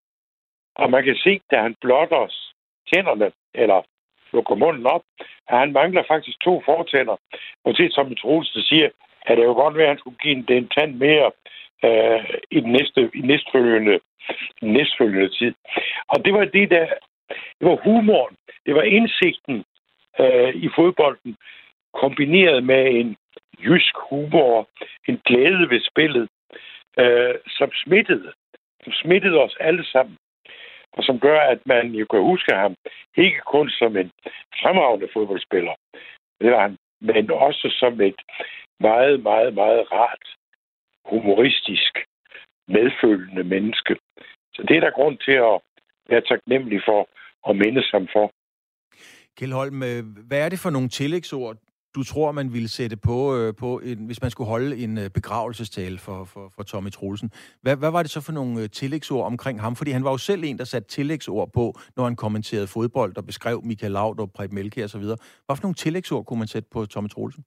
Og man kan se, da han blotter tænderne, eller lukker munden op, at han mangler faktisk to fortænder. Og til Tommy Troelsen siger, at det jo godt være, at han skulle give en, en tand mere øh, i den næste, i næstfølgende, næstfølgende tid. Og det var det der, det var humoren, det var indsigten øh, i fodbolden, kombineret med en jysk humor, en glæde ved spillet, øh, som smittede, som smittede os alle sammen. Og som gør, at man jo kan huske ham ikke kun som en fremragende fodboldspiller, det var han, men også som et meget, meget, meget rart, humoristisk, medfølende menneske. Så det er der grund til at være taknemmelig for og mindes ham for. Kjeld Holm, hvad er det for nogle tillægsord, du tror, man ville sætte på, øh, på en, hvis man skulle holde en øh, begravelsestale for, for, for Tommy Troelsen. Hvad, hvad var det så for nogle øh, tillægsord omkring ham? Fordi han var jo selv en, der satte tillægsord på, når han kommenterede fodbold og beskrev Michael Laudrup, Preben Elkjær og så videre. Hvad for nogle tillægsord kunne man sætte på Tommy Troelsen?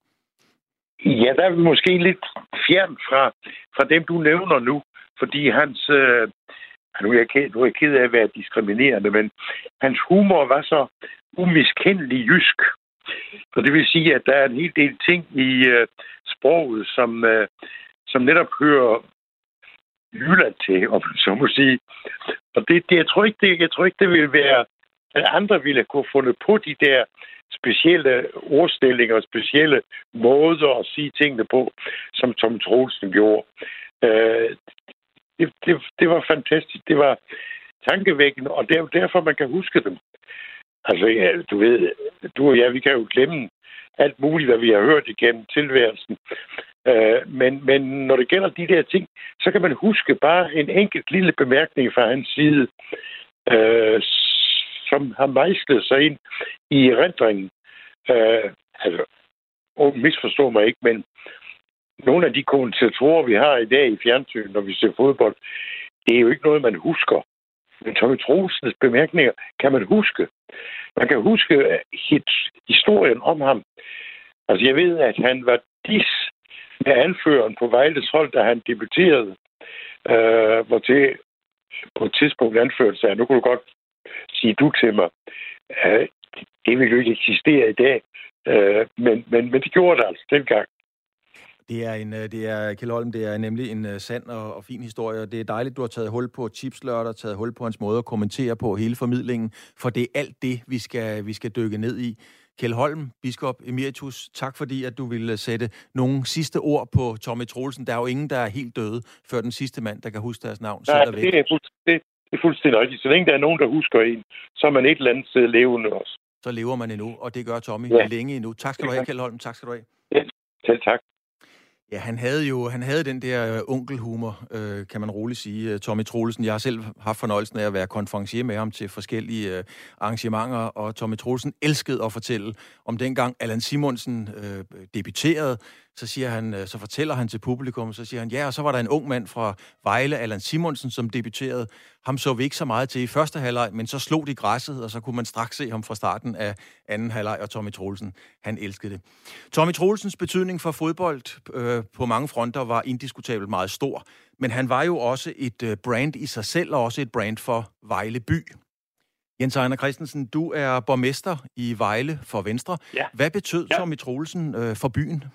Ja, der er vi måske lidt fjern fra, fra dem, du nævner nu, fordi hans... Øh, nu, er jeg ked, nu er jeg ked af at være diskriminerende, men hans humor var så umiskendelig jysk. Så det vil sige, at der er en hel del ting i øh, sproget, som, øh, som netop hører Jylland til, om man så må sige. Og det, det, jeg, tror ikke, det, jeg tror ikke, det vil være, at andre ville kunne fundet på de der specielle ordstillinger, specielle måder at sige tingene på, som Tom Troelsen gjorde. Øh, det, det, det var fantastisk. Det var tankevækkende, og det er derfor, man kan huske dem. Altså, ja, du ved, du og jeg, vi kan jo glemme alt muligt, hvad vi har hørt igennem tilværelsen. Øh, men, men når det gælder de der ting, så kan man huske bare en enkelt lille bemærkning fra hans side, øh, som har mejslet sig ind i erindringen. Øh, altså, og misforstå mig ikke, men nogle af de kommentatorer, vi har i dag i fjernsyn, når vi ser fodbold, det er jo ikke noget, man husker. Men Tommy Troelsens bemærkninger kan man huske. Man kan huske historien om ham. Altså, jeg ved, at han var dis med anføreren på Vejles hold, da han debuterede, øh, hvor til på et tidspunkt anførte sig, nu kunne du godt sige du til mig. Øh, det vil jo ikke eksistere i dag, øh, men, men, men det gjorde det altså dengang. Det er, en, det er, Kjeld Holm, det er nemlig en sand og, og fin historie. Det er dejligt, du har taget hul på Tipslørdag, taget hul på hans måde at kommentere på hele formidlingen, for det er alt det, vi skal, vi skal dykke ned i. Kjeld Holm, biskop emeritus, tak fordi, at du ville sætte nogle sidste ord på Tommy Troelsen. Der er jo ingen, der er helt døde, før den sidste mand, der kan huske deres navn. Nej, det er, fuld, det er fuldstændig rigtigt. Så længe der er nogen, der husker en, så er man et eller andet sted levende også. Så lever man endnu, og det gør Tommy ja. længe endnu. Tak skal du have, Kjeld Holm. Tak skal du have. Ja, selv tak. Ja, han havde jo han havde den der onkelhumor, øh, kan man roligt sige, Tommy Troelsen. Jeg har selv haft fornøjelsen af at være konferencier med ham til forskellige øh, arrangementer, og Tommy Troelsen elskede at fortælle om dengang Allan Simonsen øh, debuterede. Så siger han, så fortæller han til publikum, så siger han, ja, og så var der en ung mand fra Vejle, Allan Simonsen, som debuterede. Ham så vi ikke så meget til i første halvleg, men så slog de græsset, og så kunne man straks se ham fra starten af anden halvleg, og Tommy Troelsen, han elskede det. Tommy Troelsens betydning for fodbold øh, på mange fronter var indiskutabelt meget stor, men han var jo også et øh, brand i sig selv, og også et brand for Vejle by. Jens Ejner Christensen, du er borgmester i Vejle for Venstre. Ja. Hvad betød ja. Tommy Troelsen øh, for byen?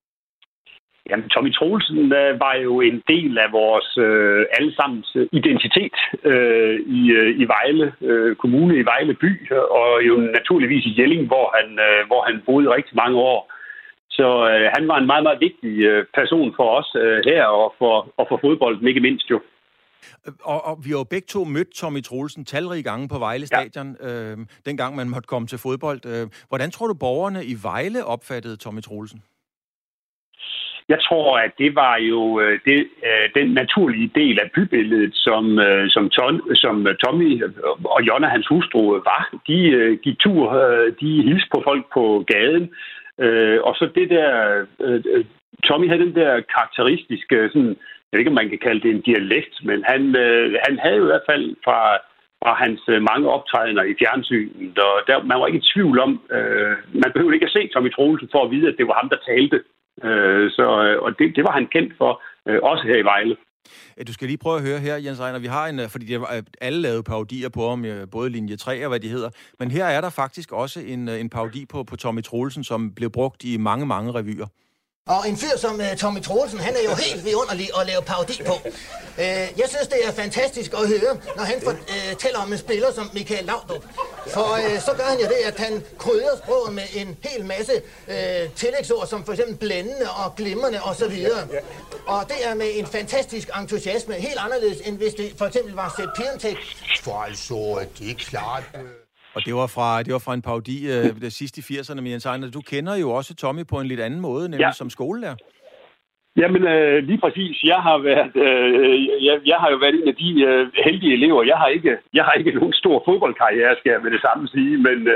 Jamen, Tommy Troelsen øh, var jo en del af vores øh, allesammens identitet øh, i, øh, i Vejle øh, Kommune, i Vejle by, og jo naturligvis i Jelling, hvor han, øh, hvor han boede rigtig mange år. Så øh, han var en meget, meget vigtig øh, person for os øh, her, og for, og for fodbolden, ikke mindst jo. Og, og vi har jo begge to mødt Tommy Troelsen talrige gange på Vejle Stadion, ja. øh, dengang man måtte komme til fodbold. Øh, hvordan tror du, borgerne i Vejle opfattede Tommy Troelsen? Jeg tror, at det var jo det, den naturlige del af bybilledet, som, som, Tom, som Tommy og Jonna, hans hustru, var. De gik tur, de hilste på folk på gaden. Og så det der, Tommy havde den der karakteristiske, sådan, jeg ved ikke, om man kan kalde det en dialekt, men han, han havde jo i hvert fald fra, fra hans mange optrædener i fjernsynet, og der, man var ikke i tvivl om, man behøvede ikke at se Tommy Troelsen for at vide, at det var ham, der talte. Så, og det, det var han kendt for, også her i Vejle. Du skal lige prøve at høre her, Jens Ejner. Vi har en, fordi alle lavede parodier på ham, både linje tre og hvad de hedder. Men her er der faktisk også en, en parodi på, på Tommy Troelsen, som blev brugt i mange, mange revyer. Og en fyr som uh, Tommy Troelsen, han er jo helt vidunderlig at lave parodi på. Uh, jeg synes, det er fantastisk at høre, når han fortæller uh, om en spiller som Michael Laudrup. For uh, så gør han jo det, at han krydrer sproget med en hel masse uh, tillægsord, som for eksempel blændende og glimrende osv. Og det er med en fantastisk entusiasme, helt anderledes end hvis det for eksempel var Sepp Piontek. For altså, det er klart... Og det var fra, det var fra en parodi øh, det sidste i firserne med Jens Ejner. Du kender jo også Tommy på en lidt anden måde, nemlig ja. som skolelærer. Jamen øh, lige præcis. Jeg har været, øh, jeg, jeg har jo været en af de øh, heldige elever. Jeg har ikke, jeg har ikke nogen stor fodboldkarriere, skal jeg med det samme sige, men øh,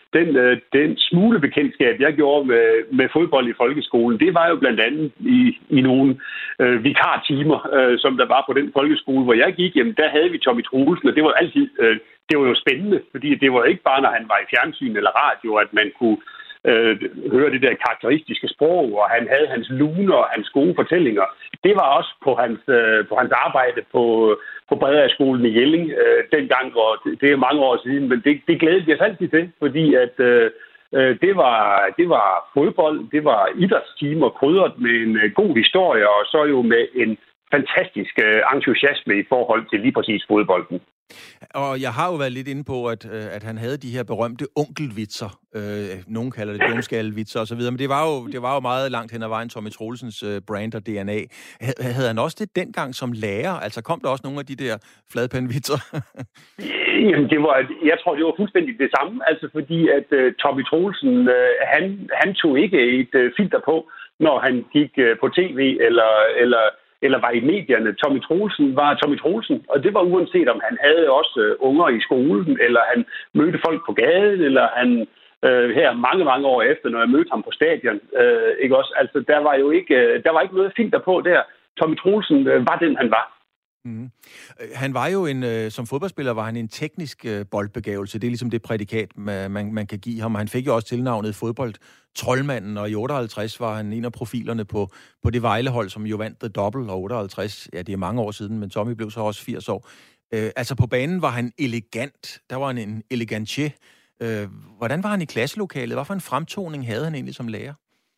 den, øh, den smule bekendtskab, jeg gjorde med, med fodbold i folkeskolen, det var jo blandt andet i, i nogle øh, vikartimer, øh, som der var på den folkeskole, hvor jeg gik. Jamen, der havde vi Tommy Troelsen, og det var altid, øh, det var jo spændende, fordi det var ikke bare, når han var i fjernsyn eller radio, at man kunne øh, høre det der karakteristiske sprog, og han havde hans luner og hans gode fortællinger. Det var også på hans, øh, på hans arbejde på, på Brederigsskolen i Jelling, øh, dengang, hvor det, det er mange år siden, men det, det glædede vi os altid til, fordi at øh, det, var, det var fodbold, det var idrætstimer krydret med en øh, god historie, og så jo med en fantastisk øh, entusiasme i forhold til lige præcis fodbolden. Og jeg har jo været lidt inde på, at, at han havde de her berømte onkelvitser. Øh, nogen kalder det dumskallevitser osv., men det var, jo, det var jo meget langt hen ad vejen Tommy Troelsens øh, brand og D N A. H- havde han også det dengang som lærer? Altså kom der også nogle af de der fladpandevitser? Jamen, det var, jeg tror, det var fuldstændig det samme. Altså fordi, at uh, Tommy Troelsen, uh, han, han tog ikke et uh, filter på, når han gik uh, på tv eller... eller eller var i medierne. Tommy Troelsen var Tommy Troelsen, og det var uanset om han havde også øh, unger i skolen, eller han mødte folk på gaden, eller han øh, her mange, mange år efter, når jeg mødte ham på stadion. Øh, ikke også? Altså, der var jo ikke, øh, der var ikke noget filter på der. Tommy Troelsen øh, var den, han var. Mm. Han var jo en, øh, som fodboldspiller var han en teknisk øh, boldbegævelse. Det er ligesom det prædikat, man, man, man kan give ham. Han fik jo også tilnavnet fodboldtroldmanden, og i otteoghalvtreds var han en af profilerne på, på det Vejlehold, som jo vandt The Double, og otteoghalvtreds, ja, det er mange år siden, men Tommy blev så også firs år. Øh, altså på banen var han elegant. Der var han en elegantier. Øh, hvordan var han i klasselokalet? Hvad for en fremtoning havde han egentlig som lærer?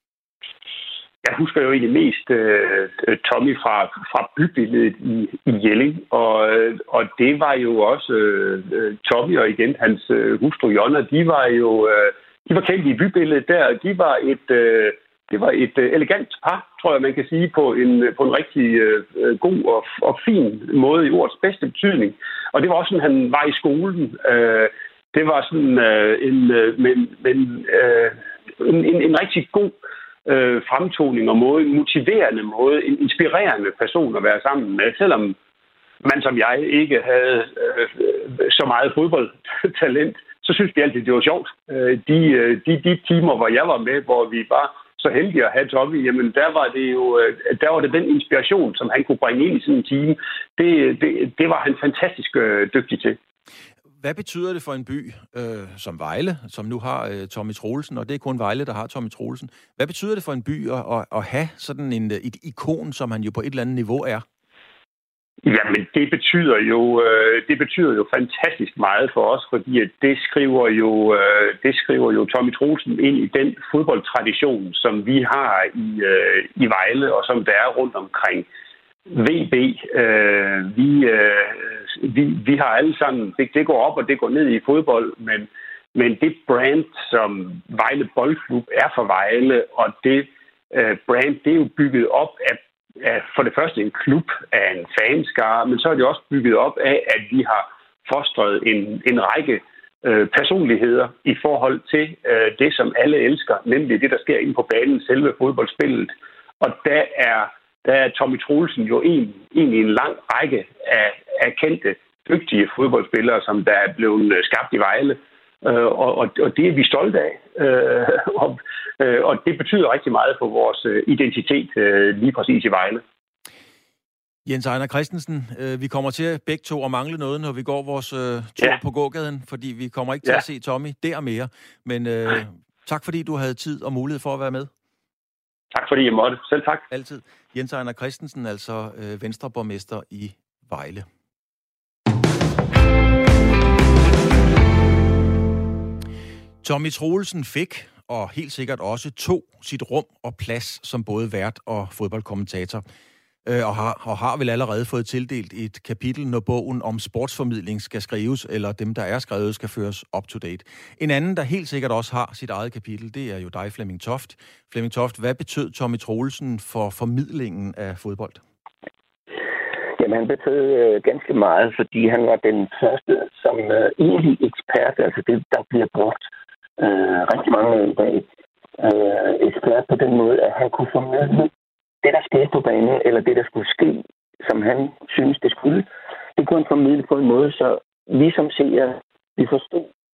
Jeg husker jo egentlig mest uh, Tommy fra, fra bybilledet i, i Jelling, og, og det var jo også uh, Tommy og igen hans uh, hustru Jonna, de var jo uh, de var kendt i bybilledet der. De var et, uh, det var et uh, elegant par, tror jeg man kan sige, på en, på en rigtig uh, god og, og fin måde i ordets bedste betydning. Og det var også sådan, han var i skolen. Uh, det var sådan uh, en, uh, men, men, uh, en, en, en rigtig god Øh, fremtoning og måde, en motiverende måde, en inspirerende person at være sammen med, selvom man som jeg ikke havde øh, så meget fodboldtalent, så synes vi altid, det var sjovt. Øh, de, de, de timer, hvor jeg var med, hvor vi var så heldige at have Tommy, jamen der var det jo der var det den inspiration, som han kunne bringe ind i sådan en time. Det, det, det var han fantastisk øh, dygtig til. Hvad betyder det for en by øh, som Vejle, som nu har øh, Tommy Troelsen, og det er kun Vejle, der har Tommy Troelsen. Hvad betyder det for en by at, at, at have sådan en, et ikon, som han jo på et eller andet niveau er? Jamen, det betyder jo øh, det betyder jo fantastisk meget for os, fordi det skriver jo øh, det skriver jo Tommy Troelsen ind i den fodboldtradition, som vi har i øh, i Vejle, og som der er rundt omkring. V B, øh, vi, øh, vi, vi har alle sammen, det, det går op og det går ned i fodbold, men, men det brand, som Vejle Boldklub er for Vejle, og det øh, brand, det er jo bygget op af, af for det første en klub af en fanskare, men så er det også bygget op af, at vi har fostret en, en række øh, personligheder i forhold til øh, det, som alle elsker, nemlig det, der sker inde på banen, selve fodboldspillet. Og der er Der er Tommy Troelsen jo en, en i en lang række af, af kendte, dygtige fodboldspillere, som der er blevet skabt i Vejle. Øh, og, og det er vi stolte af. Øh, og, øh, og det betyder rigtig meget for vores identitet øh, lige præcis i Vejle. Jens Ejner Christensen, øh, vi kommer til begge to at mangle noget, når vi går vores øh, tur ja. på gågaden, fordi vi kommer ikke til ja. at se Tommy der mere. Men øh, tak fordi du havde tid og mulighed for at være med. Tak fordi jeg måtte. Selv tak. Altid. Jens Ejner Christensen, altså øh, venstreborgmester i Vejle. Tommy Troelsen fik, og helt sikkert også tog, sit rum og plads som både vært og fodboldkommentator. Øh, og, har, og har vel allerede fået tildelt et kapitel, når bogen om sportsformidling skal skrives, eller dem, der er skrevet, skal føres up to date. En anden, der helt sikkert også har sit eget kapitel, det er jo dig, Flemming Toft. Flemming Toft, hvad betød Tommy Troelsen for formidlingen af fodbold? Jamen, han betød øh, ganske meget, fordi han var den første som øh, egentlig ekspert, altså det, der bliver brugt øh, rigtig mange af i dag. Øh, ekspert på den måde, at han kunne formidle det, der skete på banen, eller det, der skulle ske, som han synes, det skulle, det kunne han formidle på en måde, så vi som seere, vi forstod,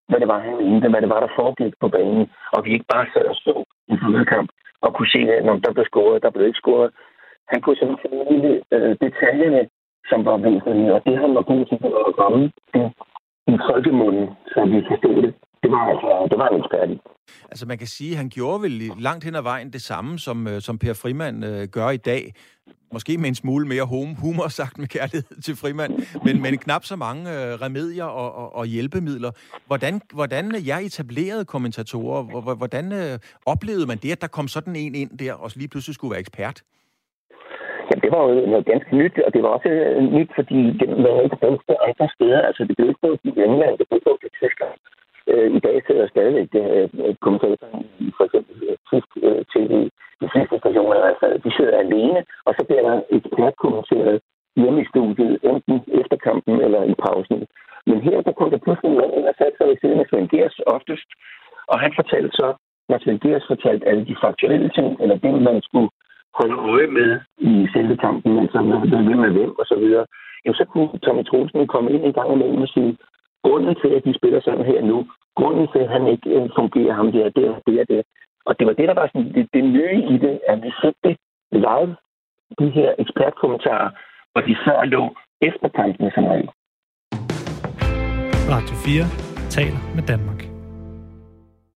hvad det var, han mente, hvad det var, der foregik på banen, og vi ikke bare sad og så en fodboldkamp og kunne se, at når der blev scoret, der blev ikke scoret. Han kunne simpelthen finde øh, detaljerne, som var væsentlige, og det han var god til at ramme i folkemunden, så vi forstod det. Det var, altså, det var en ekspert i. Altså man kan sige, at han gjorde vel langt hen ad vejen det samme, som, som Per Frimann øh, gør i dag. Måske med en smule mere humor sagt med kærlighed til Frimann, men, men knap så mange øh, remedier og, og, og hjælpemidler. Hvordan, hvordan jeg etablerede kommentatorer, hvordan øh, oplevede man det, at der kom sådan en ind der, og lige pludselig skulle være ekspert? Jamen, det var jo noget ganske nyt, og det var også øh, nyt, fordi det var ikke brugt på andre steder. Altså, det blev ikke brugt i England, det blev brugt i Tyskland. Øh, I dag sidder stadigvæk øh, kommentatoren i for eksempel tysk øh, tv, de fleste stationer, altså, de sidder alene, og så bliver der ekspertkommenteret hjemme i studiet, enten efter kampen eller i pausen. Men her, der kom der pludselig en mand ind og satte sig ved siden af Svend Gers oftest, og han fortalte så, når Svend Gers fortalte alle de faktuelle ting, eller det, man skulle holde øje med i selve kampen, altså med, med hvem og så videre, jamen så kunne Tommy Troelsen komme ind en gang imellem og sige, grunden til, at de spiller sådan her nu, grunden til, at han ikke øh, fungerer ham der, det og det og det. Og det var det, der var sådan, det, det nye i det, at vi fik det live, de her ekspertkommentarer, og de før lå efter kampene som regel. Radio fire taler med Danmark.